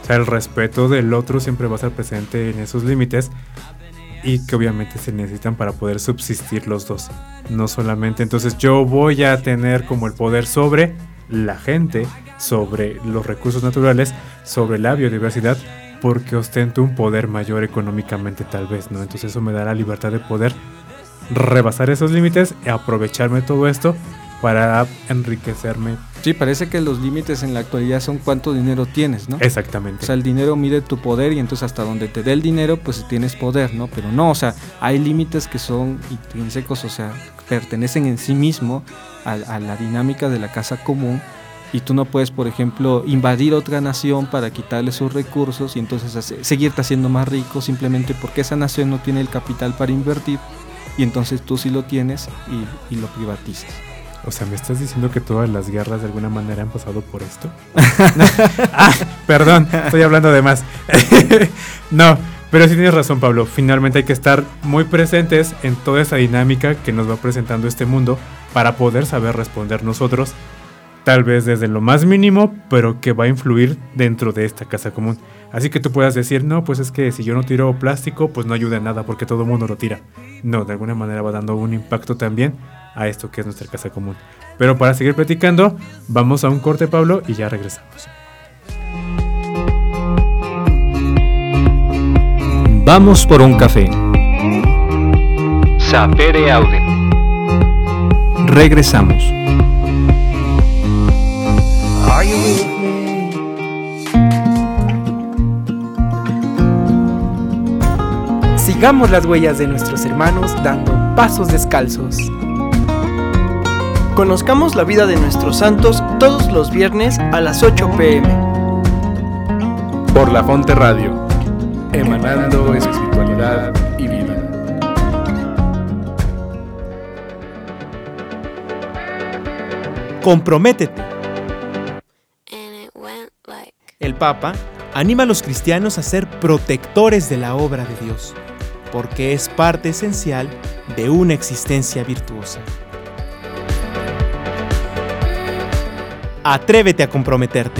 O sea, el respeto del otro siempre va a estar presente en esos límites y que obviamente se necesitan para poder subsistir los dos. No solamente entonces yo voy a tener como el poder sobre la gente, sobre los recursos naturales, sobre la biodiversidad, porque ostento un poder mayor económicamente tal vez, ¿no? Entonces eso me da la libertad de poder rebasar esos límites y aprovecharme de todo esto para enriquecerme. Sí, parece que los límites en la actualidad son cuánto dinero tienes, ¿no? Exactamente. O sea, el dinero mide tu poder y entonces hasta donde te dé el dinero, pues tienes poder, ¿no? Pero no, o sea, hay límites que son intrínsecos, o sea, pertenecen en sí mismo a la dinámica de la casa común. Y tú no puedes, por ejemplo, invadir otra nación para quitarle sus recursos y entonces seguirte haciendo más rico simplemente porque esa nación no tiene el capital para invertir y entonces tú sí lo tienes y lo privatizas. O sea, ¿me estás diciendo que todas las guerras de alguna manera han pasado por esto? Perdón, estoy hablando de más. No, pero sí tienes razón, Pablo. Finalmente hay que estar muy presentes en toda esa dinámica que nos va presentando este mundo para poder saber responder nosotros. Tal vez desde lo más mínimo, pero que va a influir dentro de esta casa común. Así que tú puedas decir, no, pues es que si yo no tiro plástico, pues no ayuda en nada porque todo el mundo lo tira. No, de alguna manera va dando un impacto también a esto que es nuestra casa común. Pero para seguir platicando, vamos a un corte, Pablo, y ya regresamos. Vamos por un café. Sapere Aude. Regresamos. Are you with me? Sigamos las huellas de nuestros hermanos dando pasos descalzos. Conozcamos la vida de nuestros santos todos los viernes a las 8 p.m. Por La Fonte Radio, emanando espiritualidad y vida. Comprométete. El Papa anima a los cristianos a ser protectores de la obra de Dios, porque es parte esencial de una existencia virtuosa. Atrévete a comprometerte.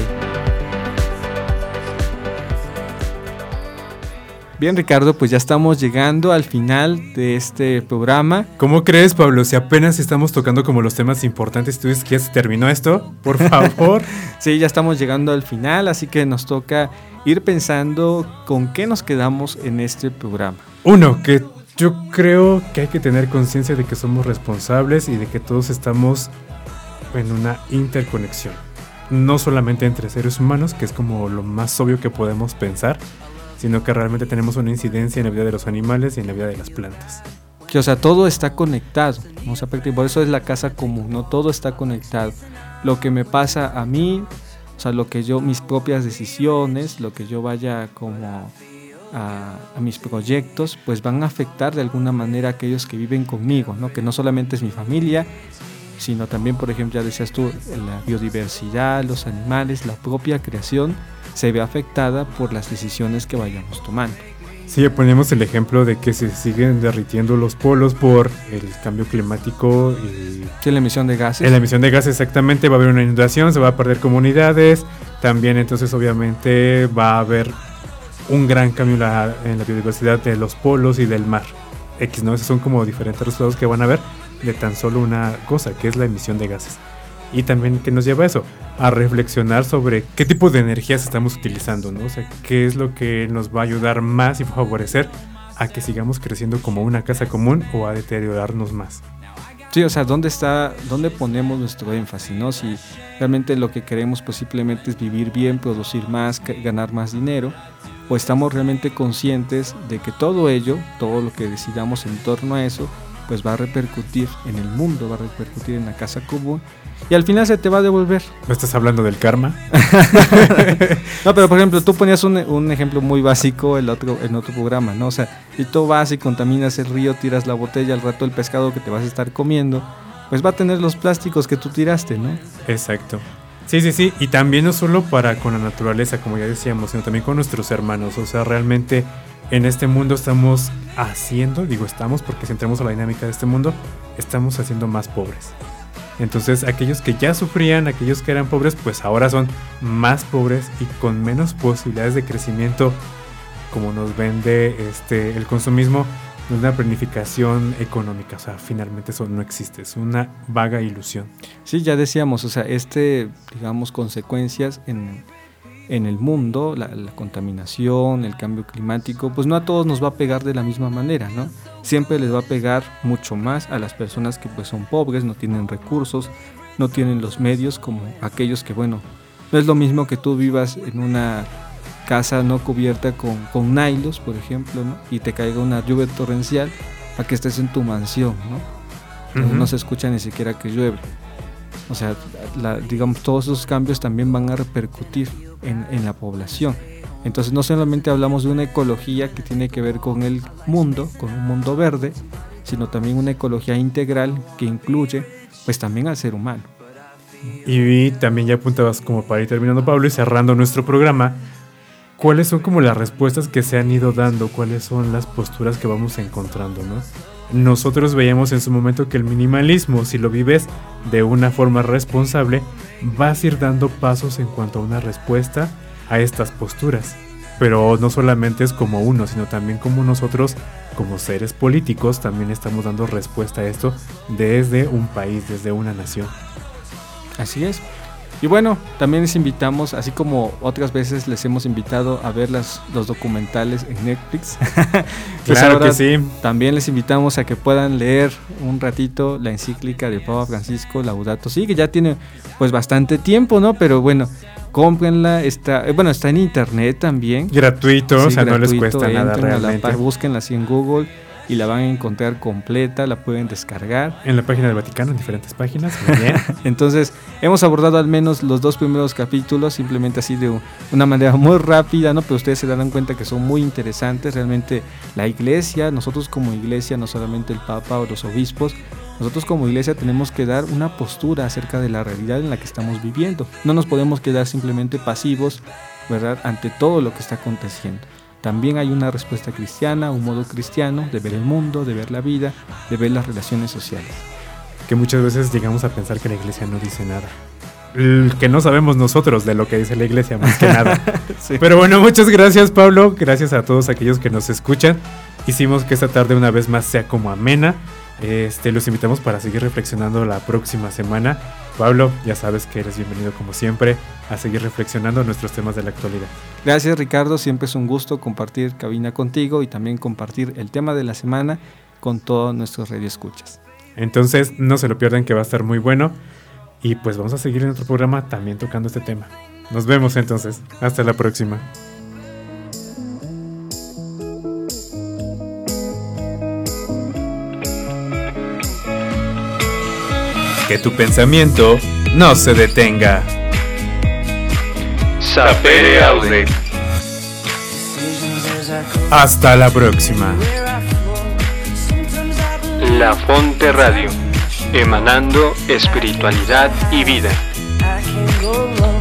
Bien, Ricardo, pues ya estamos llegando al final de este programa. ¿Cómo crees, Pablo? Si apenas estamos tocando como los temas importantes, ¿tú dices que ya se terminó esto? Por favor. Sí, ya estamos llegando al final, así que nos toca ir pensando con qué nos quedamos en este programa. Uno, que yo creo que hay que tener conciencia de que somos responsables y de que todos estamos en una interconexión. No solamente entre seres humanos, que es como lo más obvio que podemos pensar, sino que realmente tenemos una incidencia en la vida de los animales y en la vida de las plantas. Que, o sea, todo está conectado, ¿no? O sea, por eso es la casa común, ¿no? Todo está conectado. Lo que me pasa a mí, o sea, mis propias decisiones, lo que yo vaya como a mis proyectos, pues van a afectar de alguna manera a aquellos que viven conmigo, ¿no? Que no solamente es mi familia, sino también, por ejemplo, ya decías tú, la biodiversidad, los animales, la propia creación se ve afectada por las decisiones que vayamos tomando. Sí, ya ponemos el ejemplo de que se siguen derritiendo los polos por el cambio climático y... Sí, la emisión de gases. En la emisión de gases, exactamente, va a haber una inundación, se va a perder comunidades, también entonces obviamente va a haber un gran cambio en la biodiversidad de los polos y del mar. ¿No? Esos son como diferentes resultados que van a haber de tan solo una cosa, que es la emisión de gases. Y también, ¿qué nos lleva a eso? A reflexionar sobre qué tipo de energías estamos utilizando, ¿no? O sea, qué es lo que nos va a ayudar más y favorecer a que sigamos creciendo como una casa común o a deteriorarnos más. Sí, o sea, ¿dónde ponemos nuestro énfasis, ¿no? Si realmente lo que queremos pues simplemente es vivir bien, producir más, ganar más dinero, o estamos realmente conscientes de que todo ello, todo lo que decidamos en torno a eso, pues va a repercutir en el mundo, va a repercutir en la casa común y al final se te va a devolver. ¿No estás hablando del karma? No, pero por ejemplo, tú ponías un ejemplo muy básico en otro programa, ¿no? O sea, si tú vas y contaminas el río, tiras la botella, al rato el pescado que te vas a estar comiendo, pues va a tener los plásticos que tú tiraste, ¿no? Exacto. Sí, y también no solo para con la naturaleza, como ya decíamos, sino también con nuestros hermanos. O sea, realmente en este mundo estamos porque si entramos a la dinámica de este mundo, estamos haciendo más pobres. Entonces aquellos que ya sufrían, aquellos que eran pobres, pues ahora son más pobres y con menos posibilidades de crecimiento, como nos vende el consumismo, de una planificación económica. O sea, finalmente eso no existe, es una vaga ilusión. Sí, ya decíamos, o sea, digamos, consecuencias en el mundo, la contaminación, el cambio climático, pues no a todos nos va a pegar de la misma manera, ¿no? Siempre les va a pegar mucho más a las personas que pues son pobres, no tienen recursos, no tienen los medios, como aquellos que, bueno, no es lo mismo que tú vivas en una casa no cubierta con nailos, por ejemplo, ¿no? Y te caiga una lluvia torrencial, a que estés en tu mansión, ¿no? Uh-huh. No se escucha ni siquiera que llueve. O sea, digamos, todos esos cambios también van a repercutir en la población. Entonces no solamente hablamos de una ecología que tiene que ver con el mundo, con un mundo verde, sino también una ecología integral que incluye pues también al ser humano. Y también ya apuntabas, como para ir terminando, Pablo, y cerrando nuestro programa, ¿cuáles son como las respuestas que se han ido dando? ¿Cuáles son las posturas que vamos encontrando, no? Nosotros veíamos en su momento que el minimalismo, si lo vives de una forma responsable, vas a ir dando pasos en cuanto a una respuesta a estas posturas. Pero no solamente es como uno, sino también como nosotros, como seres políticos, también estamos dando respuesta a esto desde un país, desde una nación. Así es. Y bueno, también les invitamos, así como otras veces les hemos invitado a ver los documentales en Netflix. Pues claro que sí. También les invitamos a que puedan leer un ratito la encíclica del Papa Francisco, Laudato Si, que ya tiene pues bastante tiempo, ¿no? Pero bueno, cómprenla, está en internet también. Gratuito, sí, o sea, gratuito, no les cuesta nada realmente. Búsquenla así en Google y la van a encontrar completa, la pueden descargar. En la página del Vaticano, en diferentes páginas, muy bien. Entonces, hemos abordado al menos los 2 primeros capítulos, simplemente así de una manera muy rápida, ¿no? Pero ustedes se darán cuenta que son muy interesantes. Realmente la iglesia, nosotros como iglesia, no solamente el Papa o los obispos, nosotros como iglesia tenemos que dar una postura acerca de la realidad en la que estamos viviendo. No nos podemos quedar simplemente pasivos, ¿verdad?, ante todo lo que está aconteciendo. También hay una respuesta cristiana, un modo cristiano de ver el mundo, de ver la vida, de ver las relaciones sociales. Que muchas veces llegamos a pensar que la iglesia no dice nada. Que no sabemos nosotros de lo que dice la iglesia, más que nada. Sí. Pero bueno, muchas gracias, Pablo. Gracias a todos aquellos que nos escuchan. Hicimos que esta tarde una vez más sea como amena. Los invitamos para seguir reflexionando la próxima semana. Pablo, ya sabes que eres bienvenido como siempre a seguir reflexionando nuestros temas de la actualidad. Gracias, Ricardo, siempre es un gusto compartir cabina contigo y también compartir el tema de la semana con todos nuestros radioescuchas. Entonces no se lo pierdan, que va a estar muy bueno, y pues vamos a seguir en otro programa también tocando este tema. Nos vemos entonces, hasta la próxima. Que tu pensamiento no se detenga. Sapere Aude. Hasta la próxima. La Fonte Radio, emanando espiritualidad y vida.